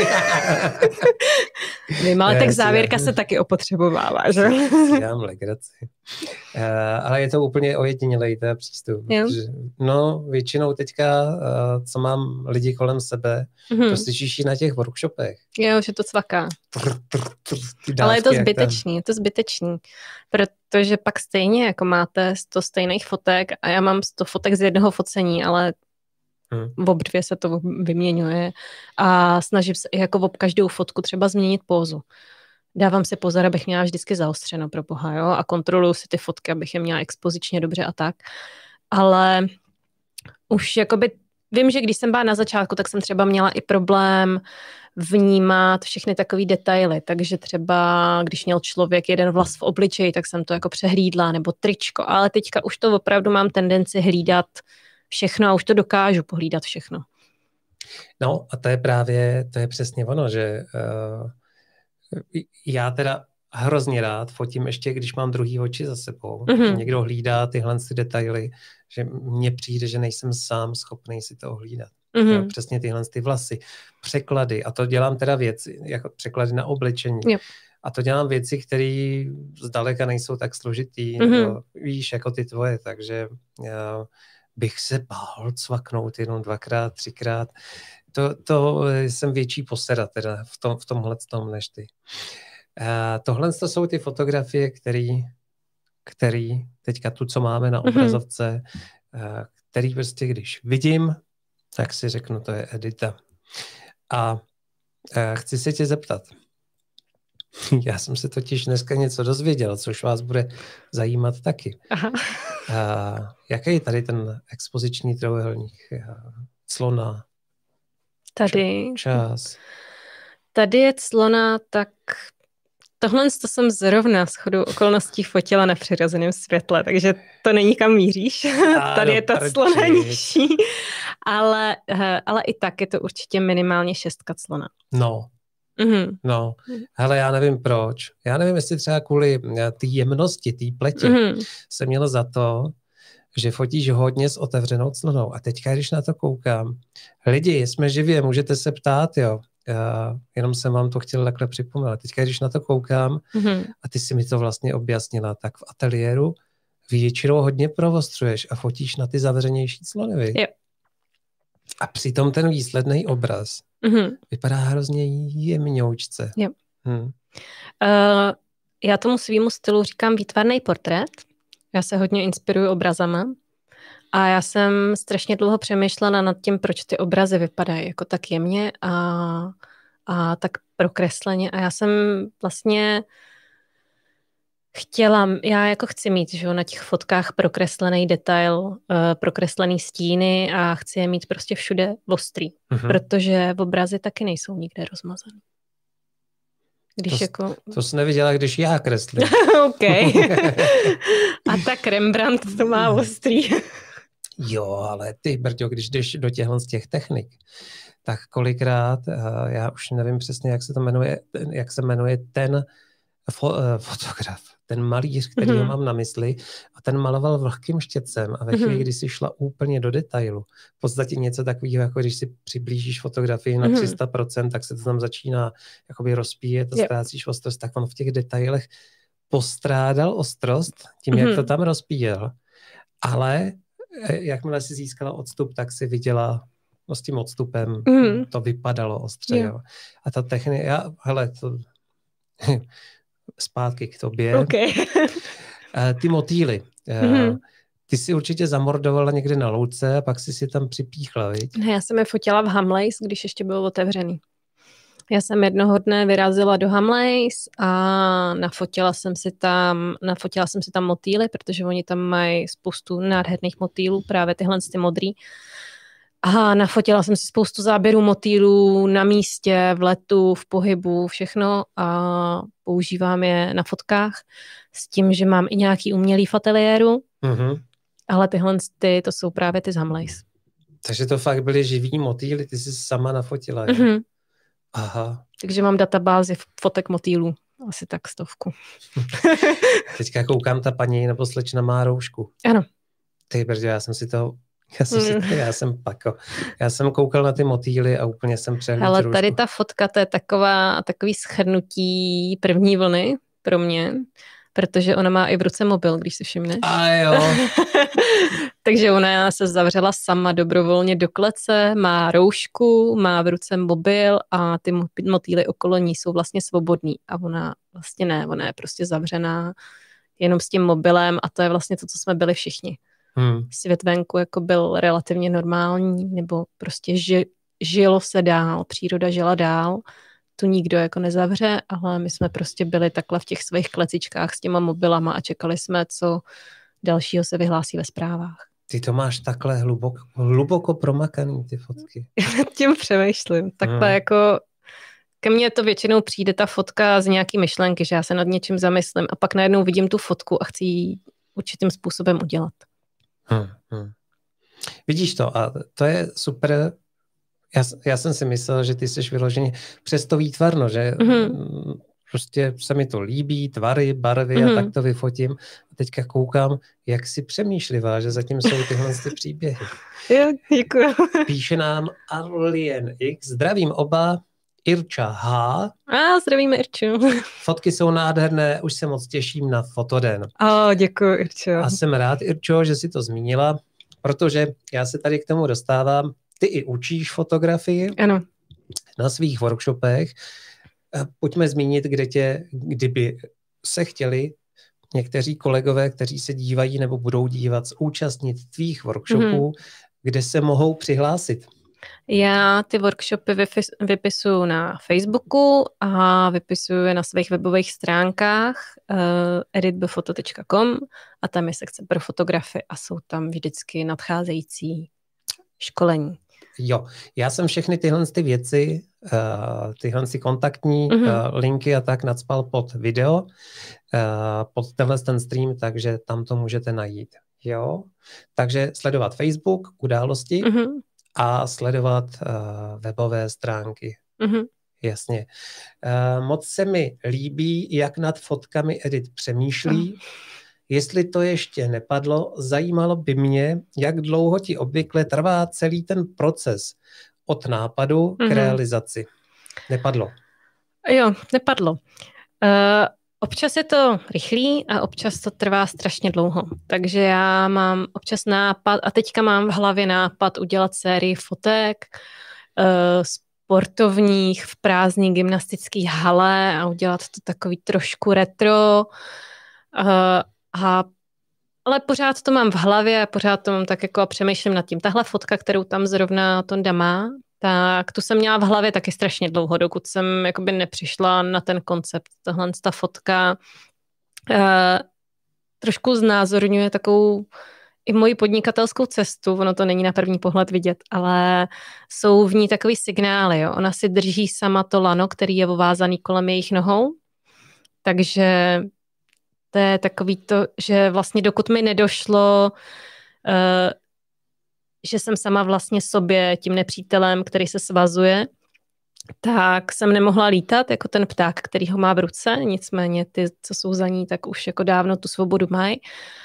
Vím, ale tak závěrka se taky opotřebovává, že? Já mám legraci. Uh, ale je to úplně ojedinělej ten přístup. No, většinou teďka, uh, co mám lidi kolem sebe, mm-hmm. to slyšíš i na těch workshopech. Jo, že to cvaká. Tr, tr, tr, ale je to zbytečný, je to zbytečný. Protože pak stejně, jako máte sto stejných fotek a já mám sto fotek z jednoho focení, ale Hmm. v obdvě se to vyměňuje a snažím se jako ob každou fotku třeba změnit pózu. Dávám si pozor, abych měla vždycky zaostřeno pro boha, jo, a kontroluju si ty fotky, abych je měla expozičně dobře a tak. Ale už jakoby vím, že když jsem byla na začátku, tak jsem třeba měla i problém vnímat všechny takový detaily, takže třeba když měl člověk jeden vlas v obličeji, tak jsem to jako přehlídla, nebo tričko, ale teďka už to opravdu mám tendenci hlídat všechno a už to dokážu pohlídat všechno. No a to je právě, to je přesně ono, že uh, já teda hrozně rád fotím ještě, když mám druhý oči za sebou. Mm-hmm. Někdo hlídá tyhle ty detaily, že mně přijde, že nejsem sám schopný si to ohlídat. Mm-hmm. Jo, přesně tyhle ty vlasy, překlady a to dělám teda věci, jako překlady na oblečení. Yep. A to dělám věci, které zdaleka nejsou tak složitý, mm-hmm. nebo, víš, jako ty tvoje, takže uh, bych se bál cvaknout jenom dvakrát, třikrát. To, to jsem větší posera teda v, tom, v tomhle tom než ty. A tohle to jsou ty fotografie, který, který teďka tu, co máme na obrazovce, mm-hmm. který prostě když vidím, tak si řeknu, to je Edita. A, a chci se tě zeptat. Já jsem se totiž dneska něco dozvěděl, což vás bude zajímat taky. Aha. A jaký je tady ten expoziční trojúhelník? clona. Tady, Čas. tady je clona, tak tohle to jsem zrovna shodou okolností fotila na přirozeném světle, takže to není kam míříš. A Tady do je ta prčic. clona nižší, ale, ale i tak je to určitě minimálně šestka clona. No, Mhm. no. Hele, já nevím proč. Já nevím, jestli třeba kvůli té jemnosti, té pleti Mhm. jsem měl za to, že fotíš hodně s otevřenou clonou. A teďka, když na to koukám, lidi, jsme živě, můžete se ptát, jo. Já jenom jsem vám to chtěl takhle připomenout. Teďka, když na to koukám, Mhm. a ty si mi to vlastně objasnila, tak v ateliéru většinou hodně provostřuješ a fotíš na ty zavřenější clony, viď? Jo. A přitom ten výsledný obraz Mhm. vypadá hrozně jemňoučce. Jo. Hmm. Uh, já tomu svýmu stylu říkám výtvarný portrét. Já se hodně inspiruju obrazama. A já jsem strašně dlouho přemýšlela nad tím, proč ty obrazy vypadají jako tak jemně a, a tak prokresleně. A já jsem vlastně chtěla, já jako chci mít, že jo, na těch fotkách prokreslený detail, uh, prokreslený stíny a chci je mít prostě všude ostrý, Mhm. protože obrazy taky nejsou nikde rozmazaný. Když To, jako... to jsi neviděla, když já kreslím. OK. A tak Rembrandt to má ostrý. Jo, ale ty, Brďo, když jdeš do těchhle z těch technik, tak kolikrát, uh, já už nevím přesně, jak se to jmenuje, jak se jmenuje ten fo, uh, fotograf, ten malíř, který mm-hmm. ho mám na mysli, a ten maloval vlhkým štětcem a ve chvíli, mm-hmm. kdy si šla úplně do detailu, v podstatě něco takového, jako když si přiblížíš fotografii na mm-hmm. tři sta procent, tak se to tam začíná jakoby rozpíjet a yep. ztrácíš ostrost, tak on v těch detailech postrádal ostrost tím, mm-hmm. jak to tam rozpíjel. Ale jakmile si získala odstup, tak si viděla, no s tím odstupem mm. to vypadalo ostře. Jo. A ta technika, já, hele, to zpátky k tobě. Okay. Ty motýly. Mm. Ty jsi určitě zamordovala někde na louce a pak jsi si tam připíchla, viď? Ne, já jsem je fotila v Hamleys, když ještě byl otevřený. Já jsem jednoho dne vyrazila do Hamleys a nafotila jsem si tam, nafotila jsem si tam motýly, protože oni tam mají spoustu nádherných motýlů, právě tyhle ty modrý. A nafotila jsem si spoustu záběrů motýlů na místě, v letu, v pohybu, všechno a používám je na fotkách s tím, že mám i nějaký umělý v ateliéru, mm-hmm. ale tyhle ty, to jsou právě ty z Hamleys. Takže to fakt byly živý motýly, ty jsi sama nafotila, mm-hmm. Aha. Takže mám databázi fotek motýlů. Asi tak stovku. Teďka koukám, ta paní nebo slečna má roušku. Ano. Ty brdě, já jsem si to... Já jsem, si to, já jsem pako. Já jsem koukal na ty motýly a úplně jsem přehlídl Ale roušku. Tady ta fotka, to je taková, takový shrnutí první vlny pro mě, protože ona má i v ruce mobil, když si všimneš. A jo. Takže ona se zavřela sama dobrovolně do klece, má roušku, má v ruce mobil a ty motýly okolo ní jsou vlastně svobodný. A ona vlastně ne, ona je prostě zavřená jenom s tím mobilem a to je vlastně to, co jsme byli všichni. Hmm. Svět venku jako byl relativně normální, nebo prostě ži, žilo se dál, příroda žila dál, tu nikdo jako nezavře, ale my jsme prostě byli takhle v těch svých klecičkách s těma mobilama a čekali jsme, co dalšího se vyhlásí ve zprávách. Ty to máš takhle hluboko, hluboko promakaný, ty fotky. Nad tím přemýšlím. Takhle hmm. jako ke mně to většinou přijde ta fotka z nějaký myšlenky, že já se nad něčím zamyslím a pak najednou vidím tu fotku a chci ji určitým způsobem udělat. Hmm, hmm. Vidíš to a to je super. Já, já jsem si myslel, že ty jsi vyloženě přes to výtvarno, že mm-hmm. prostě se mi to líbí, tvary, barvy mm-hmm. a tak to vyfotím. A teďka koukám, jak si přemýšlivá, že zatím jsou tyhle ty příběhy. Jo, děkuji. Píše nám Alien X. Zdravím oba. Irča H. A zdravíme Irču. Fotky jsou nádherné, už se moc těším na fotoden. A děkuji, Irčo. A jsem rád, Irčo, že si to zmínila, protože já se tady k tomu dostávám. Ty i učíš fotografii. Ano. Na svých workshopech. Pojďme zmínit, kde tě, kdyby se chtěli někteří kolegové, kteří se dívají nebo budou dívat, účastnit tvých workshopů, mm-hmm. kde se mohou přihlásit. Já ty workshopy vypisuju na Facebooku a vypisuju je na svých webových stránkách uh, edit b foto tečka com a tam je sekce pro fotografy a jsou tam vždycky nadcházející školení. Jo, já jsem všechny tyhle ty věci, uh, tyhle ty kontaktní mm-hmm. uh, linky a tak nacpal pod video, uh, pod tenhle ten stream, takže tam to můžete najít. Jo, takže sledovat Facebook, události mm-hmm. a sledovat uh, webové stránky. Mm-hmm. Jasně. Uh, moc se mi líbí, jak nad fotkami Edit přemýšlí. Mm. Jestli to ještě nepadlo, zajímalo by mě, jak dlouho ti obvykle trvá celý ten proces od nápadu mm-hmm. k realizaci. Nepadlo. Jo, nepadlo. Uh, občas je to rychlý a občas to trvá strašně dlouho. Takže já mám občas nápad a teďka mám v hlavě nápad udělat sérii fotek uh, sportovních v prázdní gymnastické hale a udělat to takový trošku retro. Uh, A, ale pořád to mám v hlavě a pořád to mám tak jako a přemýšlím nad tím. Tahle fotka, kterou tam zrovna Tonda má, tak tu jsem měla v hlavě taky strašně dlouho, dokud jsem jakoby nepřišla na ten koncept. Tahle ta fotka uh, trošku znázorňuje takovou i moji podnikatelskou cestu, ono to není na první pohled vidět, ale jsou v ní takový signály. Jo. Ona si drží sama to lano, který je ovázaný kolem jejich nohou, takže to je takový to, že vlastně dokud mi nedošlo, uh, že jsem sama vlastně sobě tím nepřítelem, který se svazuje, tak jsem nemohla lítat jako ten pták, který ho má v ruce, nicméně ty, co jsou za ní, tak už jako dávno tu svobodu mají.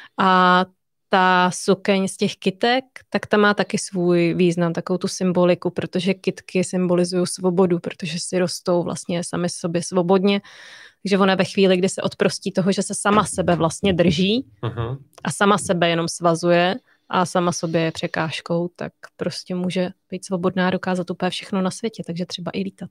A ta sukeň z těch kytek, tak ta má taky svůj význam, takovou tu symboliku, protože kytky symbolizují svobodu, protože si rostou vlastně sami sobě svobodně. Takže ona ve chvíli, kdy se odprostí toho, že se sama sebe vlastně drží uh-huh. a sama sebe jenom svazuje a sama sobě je překážkou, tak prostě může být svobodná a dokázat úplně všechno na světě, takže třeba i lítat.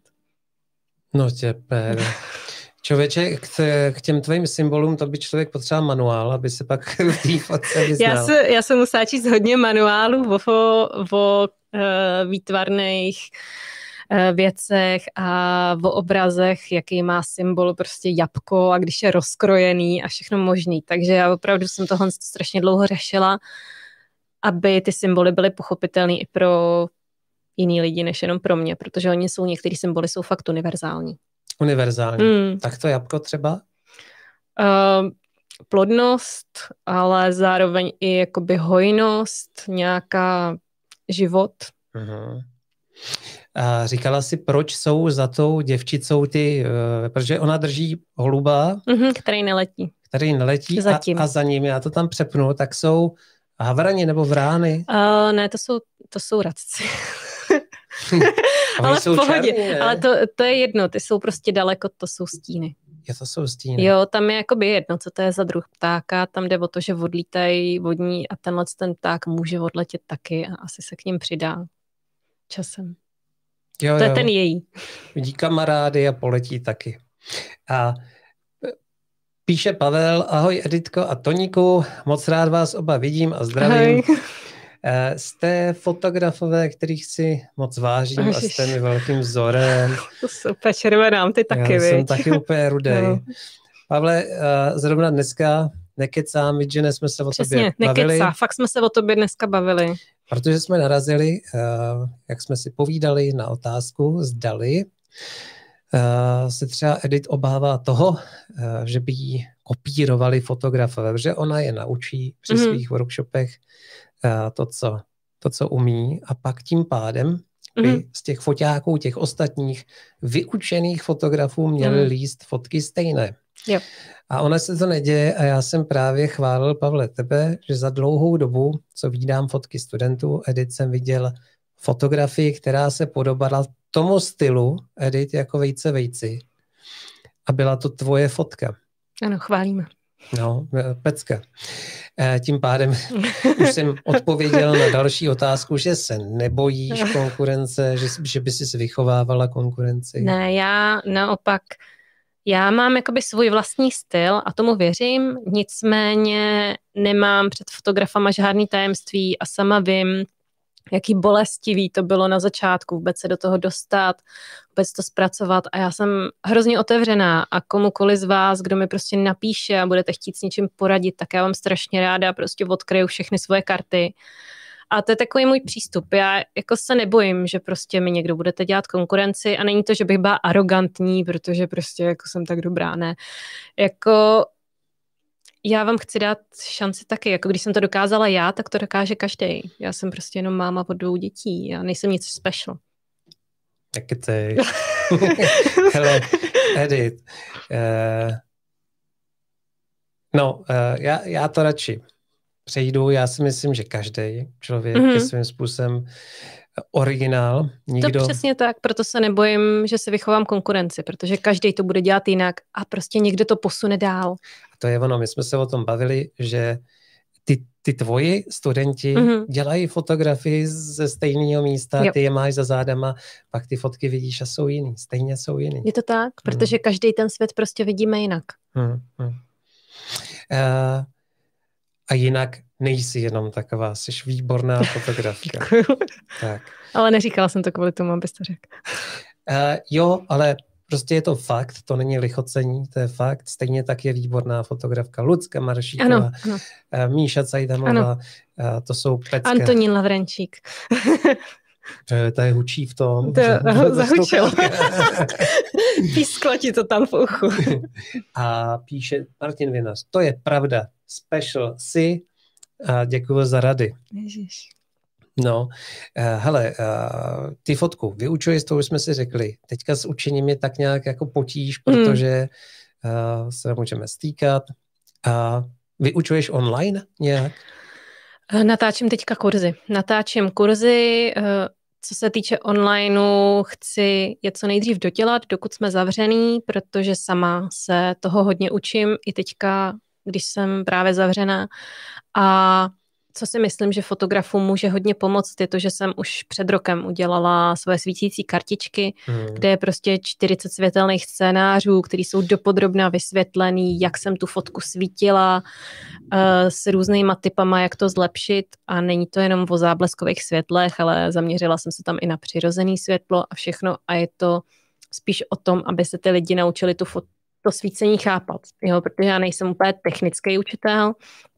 No těper. Člověče, k, k těm tvým symbolům to by člověk potřeboval manuál, aby se pak v té fotce vyznal. Já, se, já jsem musela číst hodně manuálů o, o, o uh, výtvarných věcech a v obrazech, jaký má symbol prostě jabko a když je rozkrojený a všechno možný. Takže já opravdu jsem tohle strašně dlouho řešila, aby ty symboly byly pochopitelné i pro jiný lidi, než jenom pro mě, protože oni jsou, některé symboly jsou fakt univerzální. Univerzální. Hmm. Tak to jabko třeba? Uh, plodnost, ale zároveň i jakoby hojnost, nějaká život. Uh-huh. A říkala si, proč jsou za tou děvčicou ty, uh, protože ona drží holuba, mm-hmm, který neletí. Který neletí a, a za ním, já to tam přepnu, tak jsou havrani nebo vrány? Uh, ne, to jsou, to jsou radci. Ale v pohodě, černý, ale to, to je jedno, ty jsou prostě daleko, to jsou stíny. Jo, to jsou stíny. Jo, tam je jakoby jedno, co to je za druh ptáka, tam jde o to, že odlítají vodní a tenhle ten pták může odletět taky a asi se k ním přidá časem. Jo, to jo. je ten její. Vidí kamarády a poletí taky. A píše Pavel, ahoj Editko a Toníku, moc rád vás oba vidím a zdravím. Ahoj. Jste fotografové, kterých si moc vážím Ježiš. A jste mi velkým vzorem. To super, červenám, ty taky, Já viď? jsem taky úplně rudej. No. Pavle, zrovna dneska nekecám, víc, že jsme se o Přesně, tobě bavili. nekecá, fakt jsme se o tobě dneska bavili. Protože jsme narazili, jak jsme si povídali na otázku, zdali se třeba Edit obává toho, že by jí kopírovali fotografové, protože ona je naučí při mm-hmm. svých workshopech to co, to, co umí a pak tím pádem by mm-hmm. z těch foťáků, těch ostatních vyučených fotografů měly mm-hmm. líst fotky stejné. Yep. A ona se to neděje a já jsem právě chválil, Pavle, tebe, že za dlouhou dobu, co vídám fotky studentů, Edit jsem viděl fotografii, která se podobala tomu stylu Edit jako vejce vejci. A byla to tvoje fotka. Ano, chválíme. No, pecka. Tím pádem už jsem odpověděl na další otázku, že se nebojíš konkurence, že, že by si vychovávala konkurenci. Ne, já naopak, já mám jakoby svůj vlastní styl a tomu věřím, nicméně nemám před fotografama žádný tajemství a sama vím, jaký bolestivý to bylo na začátku vůbec se do toho dostat, vůbec to zpracovat a já jsem hrozně otevřená a komukoliv z vás, kdo mi prostě napíše a budete chtít s něčím poradit, tak já vám strašně ráda prostě odkryju všechny svoje karty A to je takový můj přístup. Já jako se nebojím, že prostě mi někdo budete dělat konkurenci a není to, že bych byla arrogantní, protože prostě jako jsem tak dobrá, ne. Jako já vám chci dát šanci taky, jako když jsem to dokázala já, tak to dokáže každý. Já jsem prostě jenom máma od dvou dětí, já nejsem nic special. Nekecej. Hele, Edith. Uh, no, uh, já, já to radši přejdu. Já si myslím, že každý člověk mm-hmm. je svým způsobem originál. Nikdo... To přesně tak, proto se nebojím, že se vychovám konkurenci, protože každý to bude dělat jinak a prostě někdo to posune dál. A to je ono, my jsme se o tom bavili, že ty, ty tvoji studenti mm-hmm. dělají fotografii ze stejného místa, jo. Ty je máš za zádama, pak ty fotky vidíš a jsou jiný, stejně jsou jiný. Je to tak, protože mm. každý ten svět prostě vidíme jinak. Mm, mm. Uh, a jinak nejsi jenom taková, jsi výborná fotografka. Děkuju. Tak. Ale neříkala jsem to kvůli tomu, abys to řekl. Uh, jo, ale prostě je to fakt, to není lichocení, to je fakt. Stejně tak je výborná fotografka Lucka Maršíková, ano, ano. Uh, Míša Cajdamová, uh, to jsou pecké. Antonín Lavrenčík. To je hučí v tom. To zahučilo. Písklo ti to tam v uchu. A píše Martin Vinař, to je pravda, special si a děkuji za rady. Ježiš. No, uh, hele, uh, ty fotku vyučuješ, to už jsme si řekli. Teďka s učením je tak nějak jako potíž, protože uh, se můžeme stýkat. A vyučuješ online nějak? Natáčím teďka kurzy. Natáčím kurzy, co se týče onlineu, chci je co nejdřív dodělat, dokud jsme zavřený, protože sama se toho hodně učím, i teďka, když jsem právě zavřená. A co si myslím, že fotografům může hodně pomoct, je to, že jsem už před rokem udělala svoje svítící kartičky, hmm. kde je prostě čtyřicet světelných scénářů, které jsou dopodrobna vysvětlený, jak jsem tu fotku svítila, uh, s různýma typama, jak to zlepšit. A není to jenom o zábleskových světlech, ale zaměřila jsem se tam i na přirozené světlo a všechno. A je to spíš o tom, aby se ty lidi naučili tu fot- to svícení chápat. Jo? Protože já nejsem úplně technický učitel.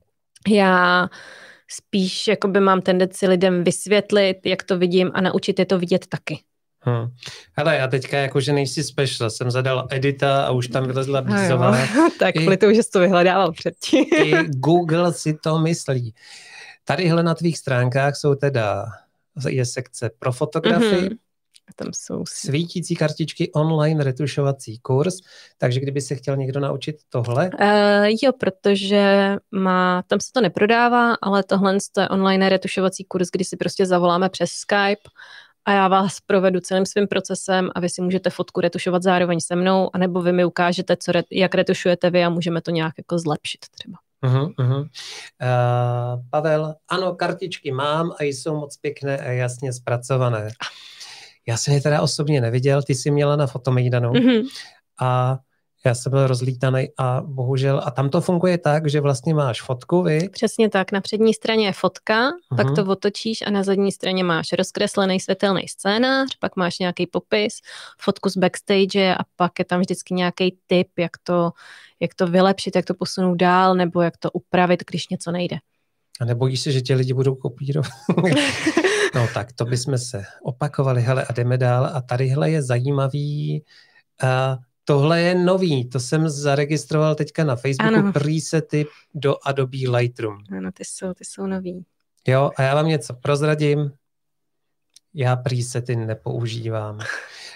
Já spíš jakoby mám tendenci lidem vysvětlit, jak to vidím a naučit je to vidět taky. Hmm. Hele, já teďka jakože nejsi special, jsem zadal Edita a už tam vylezla Bízová. Tak kvůli tomu, že jsi to vyhledával předtím. I Google si to myslí. Tadyhle na tvých stránkách jsou teda, je sekce pro fotografii, mm-hmm. Tam jsou svítící kartičky, online retušovací kurz, takže kdyby se chtěl někdo naučit tohle? Uh, jo, protože má, tam se to neprodává, ale tohle je online retušovací kurz, kdy si prostě zavoláme přes Skype a já vás provedu celým svým procesem a vy si můžete fotku retušovat zároveň se mnou, anebo vy mi ukážete, co, jak retušujete vy a můžeme to nějak jako zlepšit třeba. Uhum, uhum. Uh, Pavel, ano, kartičky mám a jsou moc pěkné a jasně zpracované. Já jsem je teda osobně neviděl, ty jsi měla na Fotomejdanu mm-hmm. a já jsem byl rozlítaný a bohužel, a tam to funguje tak, že vlastně máš fotku, vy? Přesně tak, na přední straně je fotka, mm-hmm. pak to otočíš a na zadní straně máš rozkreslený světelný scénář, pak máš nějaký popis, fotku z backstage a pak je tam vždycky nějaký tip, jak to, jak to vylepšit, jak to posunout dál, nebo jak to upravit, když něco nejde. A nebojíš se, že tě lidi budou kopírovat? No tak, to bychom se opakovali, hele, a jdeme dál. A tadyhle je zajímavý, a tohle je nový, to jsem zaregistroval teďka na Facebooku, ano. Presety do Adobe Lightroom. Ano, ty jsou, ty jsou nový. Jo, a já vám něco prozradím, já presety nepoužívám. uh,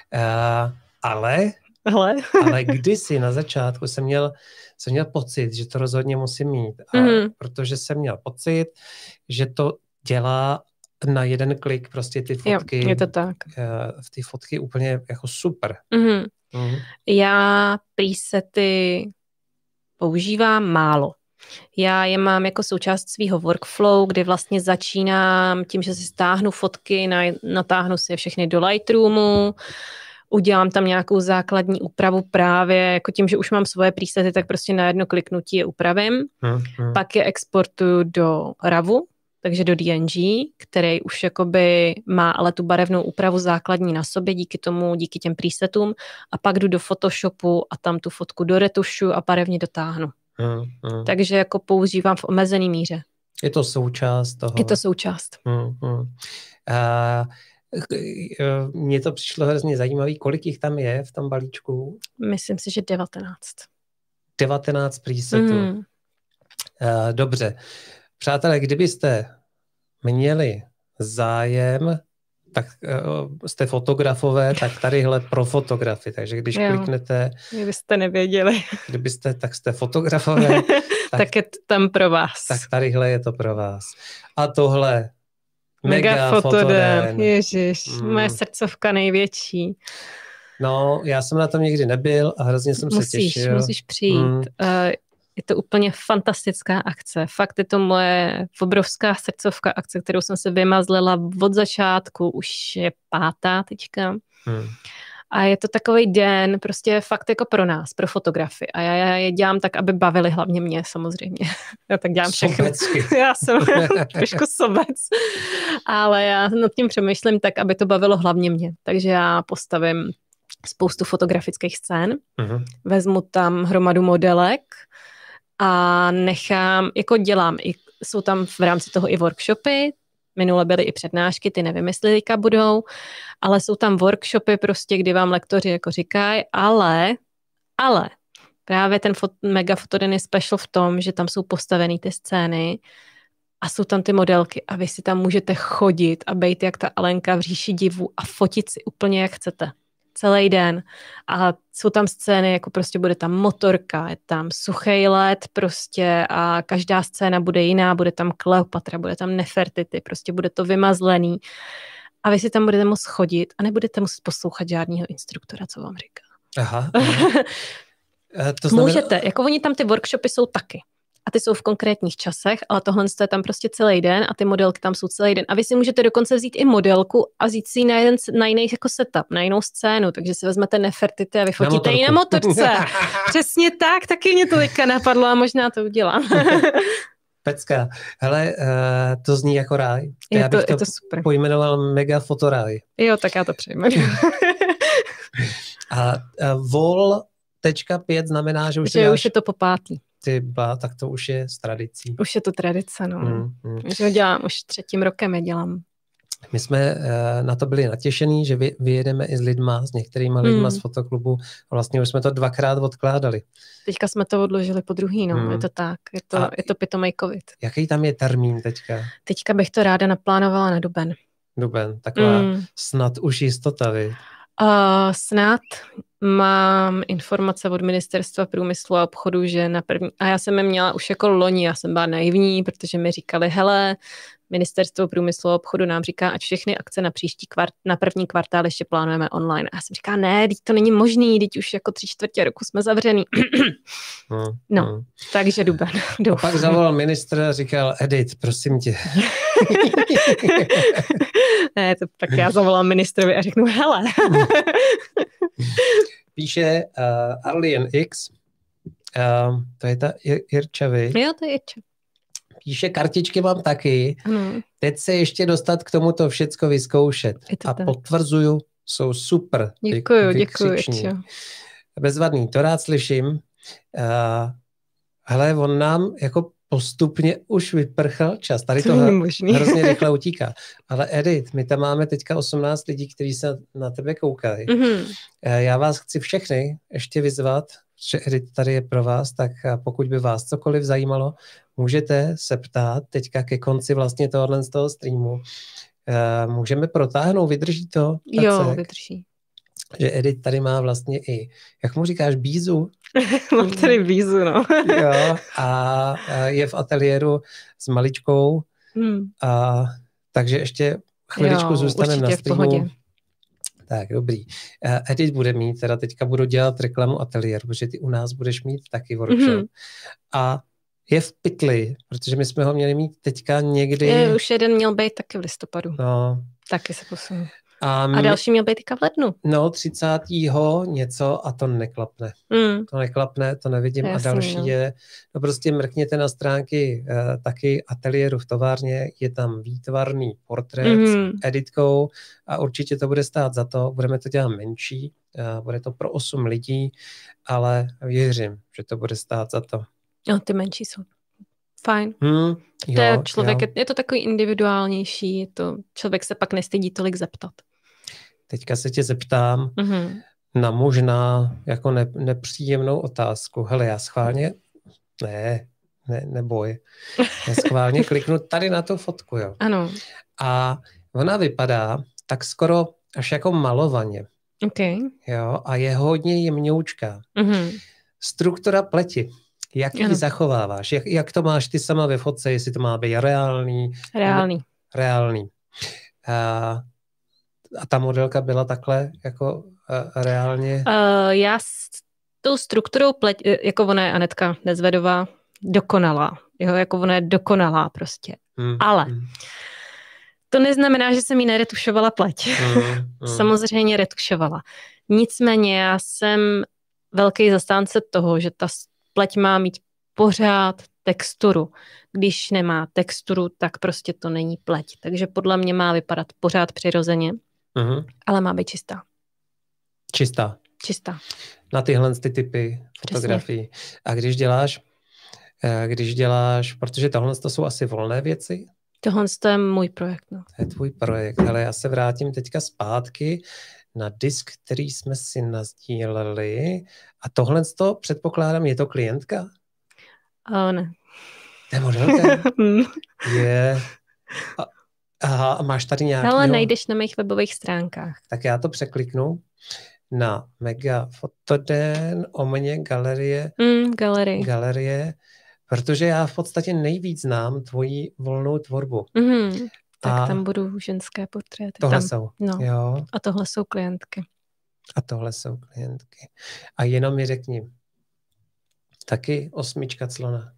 ale, ale? ale kdysi na začátku jsem měl, jsem měl pocit, že to rozhodně musím mít. A mm. protože jsem měl pocit, že to dělá na jeden klik prostě ty fotky. Jo, je to tak. V ty fotky úplně jako super. Mm-hmm. Mm. Já presety používám málo. Já je mám jako součást svého workflow, kdy vlastně začínám tím, že si stáhnu fotky, natáhnu si je všechny do Lightroomu, udělám tam nějakou základní úpravu právě, jako tím, že už mám svoje presety, tak prostě na jedno kliknutí je upravím. Mm, mm. Pak je exportuju do ravu, takže do D N G, který už jakoby má ale tu barevnou úpravu základní na sobě díky tomu, díky těm presetům a pak jdu do Photoshopu a tam tu fotku doretušu a barevně dotáhnu. Mm, mm. Takže jako používám v omezený míře. Je to součást toho. Je to součást. Hmm, hmm. A mně to přišlo hrozně zajímavý, kolik jich tam je v tom balíčku? Myslím si, že devatenáct. devatenáct presetů. Mm. Dobře. Přátelé, kdybyste měli zájem, tak jste fotografové, tak tadyhle pro fotografy. Takže když jo. kliknete... Kdybyste nevěděli. Kdybyste, tak jste fotografové. tak, tak je to tam pro vás. Tak tadyhle je to pro vás. A tohle Mega, mega fotoden. fotoden. Ježiš, mm. moje srdcovka největší. No, já jsem na tom nikdy nebyl a hrozně jsem musíš, se těšil. Musíš přijít. Mm. Uh, je to úplně fantastická akce. Fakt je to moje obrovská srdcovka akce, kterou jsem se vymazlila od začátku. Už je pátá teďka. Mm. A je to takový den, prostě fakt jako pro nás, pro fotografy. A já, já je dělám tak, aby bavili hlavně mě, samozřejmě. Já tak dělám všechno. Sobecky. Já jsem trošku sobec. Ale já nad tím přemýšlím tak, aby to bavilo hlavně mě. Takže já postavím spoustu fotografických scén, uh-huh. vezmu tam hromadu modelek a nechám, jako dělám, i, jsou tam v rámci toho i workshopy, minule byly i přednášky, ty nevím, jestli teďka budou, ale jsou tam workshopy prostě, kdy vám lektoři jako říkají, ale, ale právě ten fot, mega fotoden je special v tom, že tam jsou postavený ty scény a jsou tam ty modelky a vy si tam můžete chodit a bejt jak ta Alenka v říši divu a fotit si úplně jak chcete. Celý den. A jsou tam scény, jako prostě bude tam motorka, je tam suchý led prostě a každá scéna bude jiná, bude tam Kleopatra, bude tam Nefertiti, prostě bude to vymazlený. A vy si tam budete moct chodit a nebudete muset poslouchat žádného instruktora, co vám říká. Aha. aha. to znamená... Můžete, jako oni tam ty workshopy jsou taky. A ty jsou v konkrétních časech, ale tohle je tam prostě celý den a ty modelky tam jsou celý den. A vy si můžete dokonce vzít i modelku a vzít si ji na, jeden, na jiný jako setup, na jinou scénu. Takže si vezmete Nefertiti a vyfotíte ji na motorce. Přesně tak, taky mě to teďka napadlo a možná to udělám. Pecka. Hele, uh, to zní jako ráj. Je já to, bych to, je to super. pojmenoval mega fotoráj. Jo, tak já to přejmenuji. a uh, vol tečka pět znamená, že už, že děláš... už je to po pátý. Tyba, tak to už je s tradicí. Už je to tradice, no. Mm, mm. Že ho dělám, už třetím rokem je dělám. My jsme uh, na to byli natěšení, že vy, vyjedeme i s lidma, s některýma lidma mm. z fotoklubu. A vlastně už jsme to dvakrát odkládali. Teďka jsme to odložili po druhý, no. Mm. Je to tak. Je to, je to pitomej covid. Jaký tam je termín teďka? Teďka bych to ráda naplánovala na duben. Duben, taková mm. snad už jistota, vy. Uh, snad mám informace od Ministerstva průmyslu a obchodu, že na první, a já jsem je měla už jako loni, já jsem byla naivní, protože mi říkali, hele, Ministerstvo průmyslu a obchodu nám říká, ať všechny akce na příští kvart, na první kvartál ještě plánujeme online. A já jsem říká, ne, teď to není možný, teď už jako tři čtvrtě roku jsme zavřený. hmm, no, hmm. takže duben. A pak zavolal ministr a říkal, Edith, prosím tě. ne, to, tak já zavolám ministrovi a řeknu, hele. Píše uh, Alien X, uh, to je ta Jirča, vy? Jo, to je Jirča. Píše, kartičky mám taky, hmm. teď se ještě dostat k tomuto všecko vyzkoušet. A tak. Potvrzuju, jsou super. Děkuju, děkuju. Bezvadný, to rád slyším. Uh, hele, on nám jako postupně už vyprchal čas. Tady to, to hrozně rychle utíká. Ale Edith, my tam máme teďka osmnáct lidí, kteří se na tebe koukají. Mm-hmm. Uh, já vás chci všechny ještě vyzvat, že Edith tady je pro vás, tak pokud by vás cokoliv zajímalo, můžete se ptát teďka ke konci vlastně tohohle z toho streamu. Uh, můžeme protáhnout, vydrží to? Jo, tacek? Vydrží. Že Edith tady má vlastně i, jak mu říkáš, bízu? Mám tady bízu, no. Jo, a je v ateliéru s maličkou, hmm. a takže ještě chviličku zůstaneme na streamu. Tak, dobrý. Uh, Edith bude mít, teda teďka budu dělat reklamu ateliéru, protože ty u nás budeš mít taky workshop. Mm-hmm. A je v pytli, protože my jsme ho měli mít teďka někdy... Je, už jeden měl být taky v listopadu. No. Taky se posunu. A, my... a další měl být teďka v lednu. No, třicátého něco a to neklapne. Mm. To neklapne, to nevidím. Jasný, a další no. je, no prostě mrkněte na stránky uh, taky ateliéru v továrně, je tam výtvarný portrét mm. s editkou a určitě to bude stát za to. Budeme to dělat menší, uh, bude to pro osm lidí, ale věřím, že to bude stát za to. No, ty menší jsou fajn. Hmm, jo, to je, člověk, jo. je to takový individuálnější, je to, člověk se pak nestydí tolik zeptat. Teďka se tě zeptám Mm-hmm. na možná jako ne, nepříjemnou otázku. Hele, já schválně, ne, ne, neboj, já schválně kliknu tady na tu fotku, jo. Ano. A ona vypadá tak skoro až jako malovaně. Okay. Jo, a je hodně jemňoučká. Mm-hmm. Struktura pleti. Jak ji zachováváš? Jak, jak to máš ty sama ve fotce? Jestli to má být reálný? Reálný. Reálný. A, a ta modelka byla takhle jako a, reálně? Uh, já s tou strukturou pleti, jako ona je Anetka Nezvedová, dokonalá. Jo, jako ona je dokonalá prostě. Hmm. Ale hmm. to neznamená, že jsem jí neretušovala pleť. Hmm. Hmm. Samozřejmě retušovala. Nicméně já jsem velký zastánce toho, že ta pleť má mít pořád texturu. Když nemá texturu, tak prostě to není pleť. Takže podle mě má vypadat pořád přirozeně, uh-huh. ale má být čistá. Čistá. Čistá. Na tyhle ty typy fotografií. A když děláš, když děláš, protože tohle to jsou asi volné věci? Tohle to je můj projekt. No. To je tvůj projekt, ale já se vrátím teďka zpátky na disk, který jsme si nasdíleli. A tohle to, předpokládám, je to klientka? A ne. To je modelka? Je. Aha, a máš tady nějaký... Ale najdeš na mých webových stránkách. Tak já to překliknu na Mega Fotoden, o mě galerie. Mm, galerie. Galerie, protože já v podstatě nejvíc znám tvoji volnou tvorbu. Mm. Tak a tam budou ženské portréty. Tohle tam. jsou, no. jo. A tohle jsou klientky. A tohle jsou klientky. A jenom mi řekni, taky osmička clona?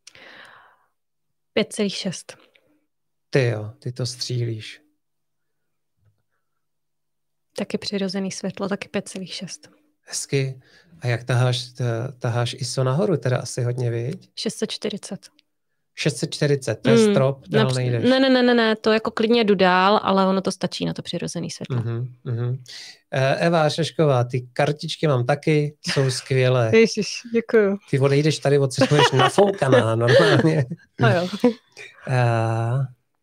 pět celá šest. Ty jo, ty to střílíš. Taky přirozený světlo, taky pět celá šest. Hezky. A jak taháš, taháš I S O nahoru, teda asi hodně, viď? šest set čtyřicet. šest set čtyřicet, to je mm, strop, dál např- nejdeš. Ne, ne, ne, ne, ne, to jako klidně jdu dál, ale ono to stačí na to přirozený světlo. Uh-huh, uh-huh. Eva Šešková, ty kartičky mám taky, jsou skvělé. Ježiš, děkuju. Ty odejdeš tady, odsetuješ nafoukaná normálně. No jo. Uh,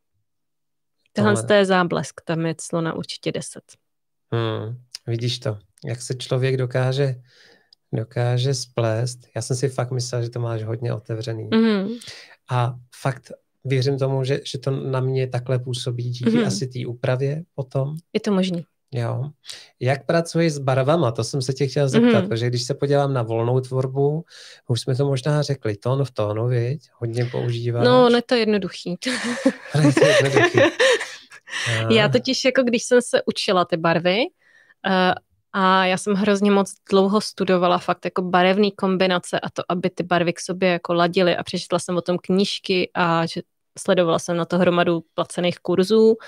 Tohle to je záblesk, tam je clona určitě deset. Hmm, vidíš to, jak se člověk dokáže dokáže splést. Já jsem si fakt myslel, že to máš hodně otevřený. Mm-hmm. A fakt věřím tomu, že, že to na mě takhle působí díky mm-hmm. asi té úpravě potom. Je to možný. Jo. Jak pracuješ s barvama? To jsem se tě chtěla zeptat, mm-hmm. protože když se podívám na volnou tvorbu, už jsme to možná řekli, tón v tónu, viď? Hodně používáš. No, no je to jednoduchý. Ale je to jednoduchý. Já totiž, jako když jsem se učila ty barvy, uh, a já jsem hrozně moc dlouho studovala fakt jako barevné kombinace a to, aby ty barvy k sobě jako ladily a přečetla jsem o tom knížky a že sledovala jsem na to hromadu placených kurzů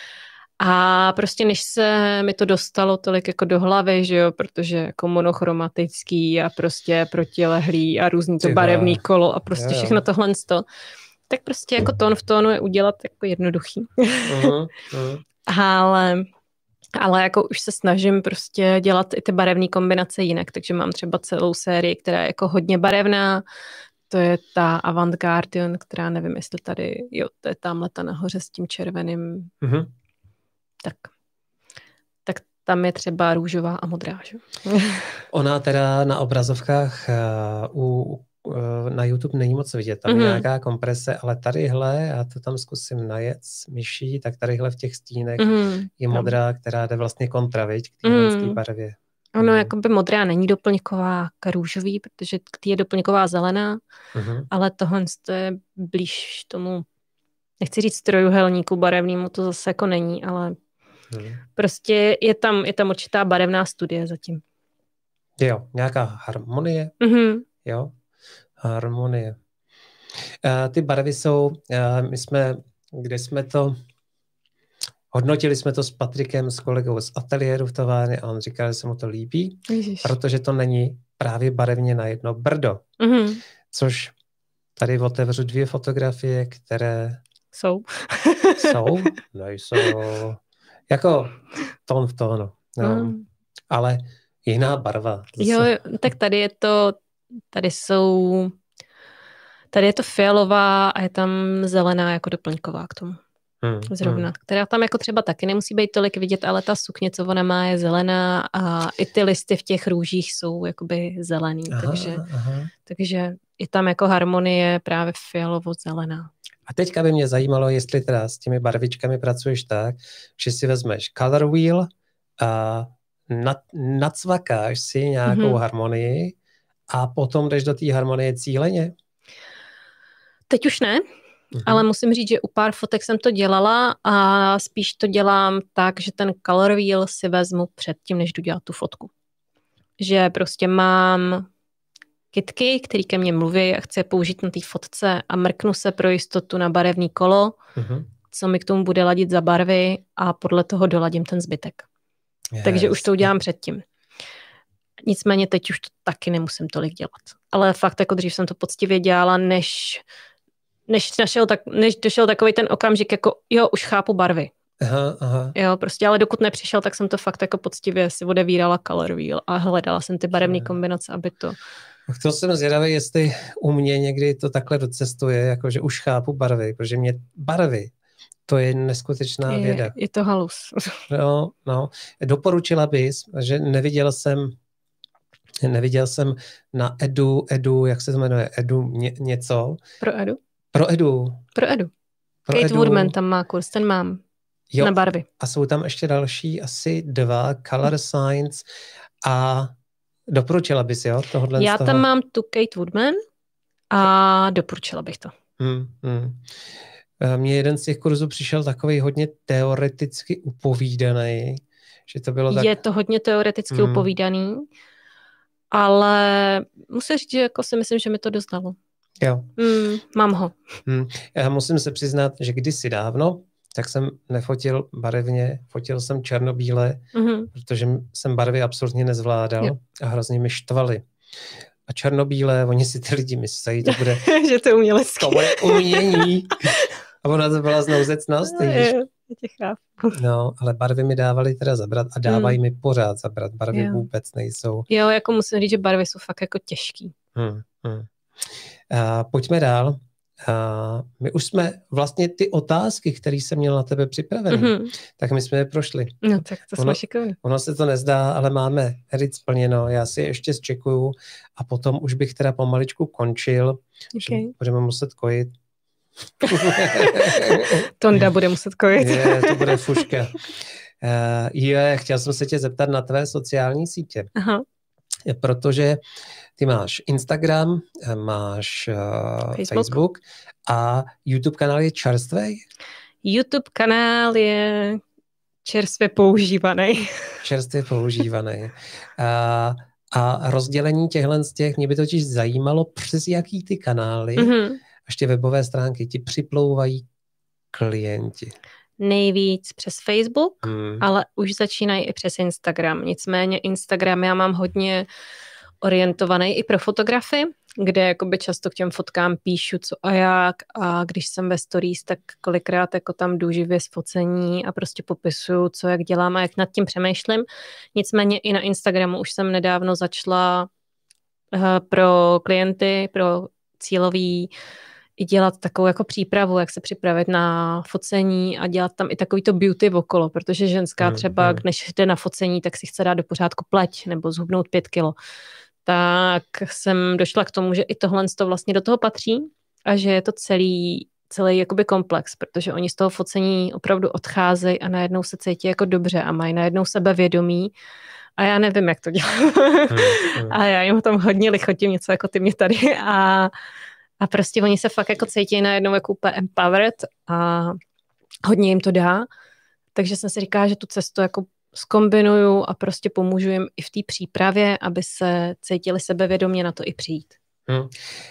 a prostě než se mi to dostalo tolik jako do hlavy, že jo, protože jako monochromatický a prostě protilehlý a různý to barevný kolo a prostě jo, jo. všechno tohle sto, tak prostě jako tón v tónu je udělat jako jednoduchý. Uh-huh, uh-huh. Ale Ale jako už se snažím prostě dělat i ty barevné kombinace jinak, takže mám třeba celou sérii, která je jako hodně barevná, to je ta Avant Guardian, která nevím, jestli tady, jo, to je tamhle ta nahoře s tím červeným, mm-hmm. tak, tak tam je třeba růžová a modrá, že? Ona teda na obrazovkách uh, u na YouTube není moc vidět, tam mm-hmm. je nějaká komprese, ale tadyhle, já to tam zkusím najet s myší, tak tadyhle v těch stínech mm-hmm. je modrá, která jde vlastně kontra, viď, k té mm-hmm. barvě. Ono mm. jakoby modrá není doplňková k růžový, protože tý je doplňková zelená, mm-hmm. ale tohle je blíž tomu, nechci říct trojuhelníku barevnému, to zase jako není, ale mm. prostě je tam, je tam určitá barevná studie zatím. Jo, nějaká harmonie, mm-hmm. jo. Harmonie. Uh, ty barvy jsou, uh, my jsme, kde jsme to, hodnotili jsme to s Patrikem, s kolegou z ateliéru v továrně a on říkal, že se mu to líbí, Ježiš. Protože to není právě barevně na jedno brdo. Mm-hmm. Což tady otevřu dvě fotografie, které jsou. jsou? Nejsou. Jako tón v tónu. No. Mm. Ale jiná barva. Zase. Jo, tak tady je to Tady jsou, Tady je to fialová a je tam zelená jako doplňková k tomu. Hmm, Zrovna, hmm. která tam jako třeba taky nemusí být tolik vidět, ale ta sukně, co ona má, je zelená a i ty listy v těch růžích jsou jakoby zelený, aha, takže, aha. takže i tam jako harmonie právě fialovo-zelená. A teďka by mě zajímalo, jestli teda s těmi barvičkami pracuješ tak, že si vezmeš color wheel a nad, nacvakáš si nějakou mm-hmm. harmonii a potom jdeš do té harmonie cíleně? Teď už ne, mm-hmm. ale musím říct, že u pár fotek jsem to dělala a spíš to dělám tak, že ten color wheel si vezmu předtím, než jdu dělat tu fotku. Že prostě mám kytky, který ke mně mluví a chci je použít na té fotce a mrknu se pro jistotu na barevný kolo, mm-hmm. co mi k tomu bude ladit za barvy a podle toho doladím ten zbytek. Yes. Takže už to udělám předtím. Nicméně teď už to taky nemusím tolik dělat. Ale fakt jako dřív jsem to poctivě dělala, než, než, našel tak, než došel takový ten okamžik, jako jo, už chápu barvy. Aha, aha. Jo, prostě, ale dokud nepřišel, tak jsem to fakt jako poctivě si odevírala color wheel a hledala jsem ty barevné kombinace, aby to... To jsem zvědavý, jestli u mě někdy to takhle docestuje, jakože už chápu barvy, protože mě barvy, to je neskutečná je, věda. Je to halus. No, no. Doporučila bys, že neviděl jsem neviděl jsem na Edu, Edu, jak se to jmenuje, Edu ně, něco. Pro Edu? Pro Edu. Pro Edu. Pro Kate Edu. Woodman tam má kurz, ten mám. Jo. Na barvy. A jsou tam ještě další asi dva, Color Science a doporučila bys, jo? Tohodle Já z toho? tam mám tu Kate Woodman a doporučila bych to. Hmm, hmm. Mně jeden z těch kurzů přišel takový hodně teoreticky upovídaný, že to bylo tak... Je to hodně teoreticky hmm. upovídaný, ale musím říct, že jako si myslím, že mi to dostalo. Jo. Hmm, mám ho. Hmm. Já musím se přiznat, že kdysi dávno, tak jsem nefotil barevně, fotil jsem černobíle, mm-hmm. protože jsem barvy absolutně nezvládal jo. a hrozně mi štvaly. A černobílé, oni si ty lidi myslí, to bude... že to je umělecké. To bude umění. A ona to byla znouzecnost. No, je, já tě chápu. No, ale barvy mi dávaly teda zabrat a dávají hmm. mi pořád zabrat. Barvy jo. vůbec nejsou. Jo, jako musím říct, že barvy jsou fakt jako těžký. Hmm, hmm. A pojďme dál. A my už jsme vlastně ty otázky, které jsem měl na tebe připravené, mm-hmm. tak my jsme je prošli. No tak to ono, jsme šikovní. Ono se to nezdá, ale máme edit splněno. Já si ještě zčekuju a potom už bych teda pomaličku končil, okay. že budeme muset kojit. Tonda bude muset kojit. Je, to bude fuška. Uh, je, chtěl jsem se tě zeptat na tvé sociální sítě. Aha. Protože ty máš Instagram, máš uh, Facebook. Facebook a YouTube kanál je čerstvý? YouTube kanál je čerstvě používaný. Čerstvě používaný. A, a rozdělení těchhle z těch, mě by totiž zajímalo, přes jaký ty kanály, mm-hmm. až ty webové stránky ti připlouvají klienti. Nejvíc přes Facebook, hmm. ale už začínají i přes Instagram. Nicméně Instagram já mám hodně orientovaný i pro fotografy, kde jakoby často k těm fotkám píšu co a jak a když jsem ve stories, tak kolikrát jako tam jdu živě z focení a prostě popisuju, co jak dělám a jak nad tím přemýšlím. Nicméně i na Instagramu už jsem nedávno začala uh, pro klienty, pro cílový i dělat takovou jako přípravu, jak se připravit na focení a dělat tam i takový to beauty okolo, protože ženská hmm, třeba, hmm. než jde na focení, tak si chce dát do pořádku pleť nebo zhubnout pět kilo. Tak jsem došla k tomu, že i tohle to vlastně do toho patří a že je to celý, celý jakoby komplex, protože oni z toho focení opravdu odcházejí a najednou se cítí jako dobře a mají najednou sebevědomí a já nevím, jak to dělám. Hmm, hmm. A já jim tam hodně lichotím něco jako ty mě tady a A prostě oni se fakt jako cítí najednou jako úplně empowered a hodně jim to dá. Takže jsem si říkala, že tu cestu jako zkombinuju a prostě pomůžu jim i v té přípravě, aby se cítili sebevědomě na to i přijít. Hmm.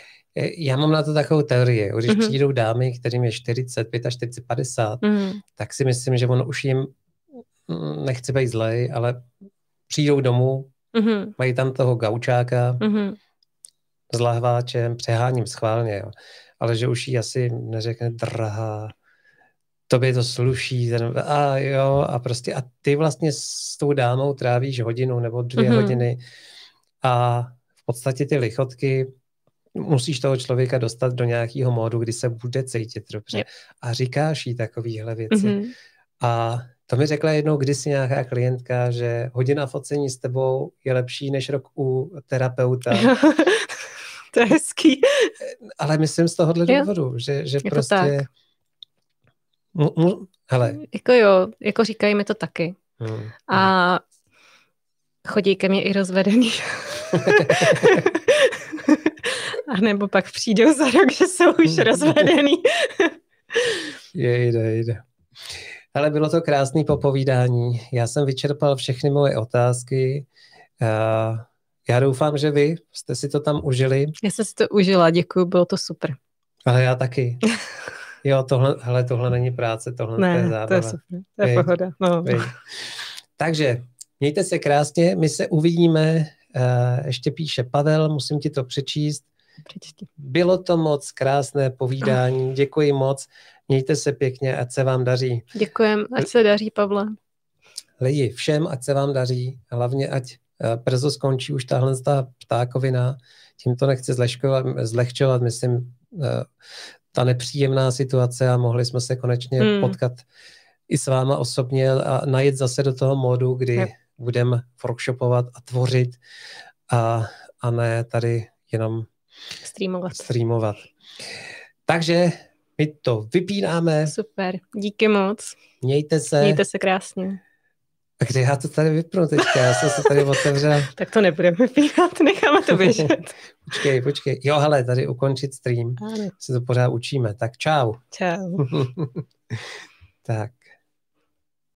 Já mám na to takovou teorii. Když mm-hmm. přijdou dámy, kterým je čtyřicet, čtyřicet pět, padesát, mm-hmm. tak si myslím, že ono už jim nechce být zlej, ale přijdou domů, mm-hmm. mají tam toho gaučáka, mm-hmm. s lahváčem, přeháním schválně, jo. Ale že už jí asi neřekne drahá, tobě to sluší, ten, a jo, a prostě a ty vlastně s tou dámou trávíš hodinu nebo dvě mm-hmm. hodiny a v podstatě ty lichotky musíš toho člověka dostat do nějakého módu, kdy se bude cítit dobře. Je. A říkáš jí takovéhle věci. Mm-hmm. A to mi řekla jednou kdysi nějaká klientka, že hodina focení s tebou je lepší než rok u terapeuta. To je hezký. Ale myslím z tohohle důvodu, že, že prostě... Tak. Mu, mu, hele. Jako jo, jako říkají mi to taky. Hmm. A chodí ke mně i rozvedený. A nebo pak přijdou za rok, že jsou už rozvedený. Jejde, jde. Ale bylo to krásné popovídání. Já jsem vyčerpal všechny moje otázky. Já doufám, že vy jste si to tam užili. Já jsem si to užila, děkuju, bylo to super. Ale já taky. Jo, tohle, hele, tohle není práce, tohle ne, je zábava. to je super, to je Vy, pohoda. No. Takže mějte se krásně, my se uvidíme, uh, ještě píše Pavel, musím ti to přečíst. Přečti. Bylo to moc krásné povídání, děkuji moc, mějte se pěkně, ať se vám daří. Děkujem, ať se daří, Pavle. Lidi, všem, ať se vám daří, hlavně ať uh, brzo skončí už tahle ta ptákovina, tím to nechci zlehčovat, zlehčovat myslím, uh, ta nepříjemná situace a mohli jsme se konečně hmm. potkat i s váma osobně a najet zase do toho módu, kdy yep. budeme workshopovat a tvořit a, a ne tady jenom streamovat. streamovat. Takže my to vypínáme. Super, díky moc. Mějte se. Mějte se krásně. A kde já to tady vypnu teďka? Já jsem se tady otevřel. Tak to nebudeme vypínat, necháme to běžet. Počkej, počkej. Jo, hele, tady ukončit stream. Ano. Se to pořád učíme. Tak čau. Čau. Tak.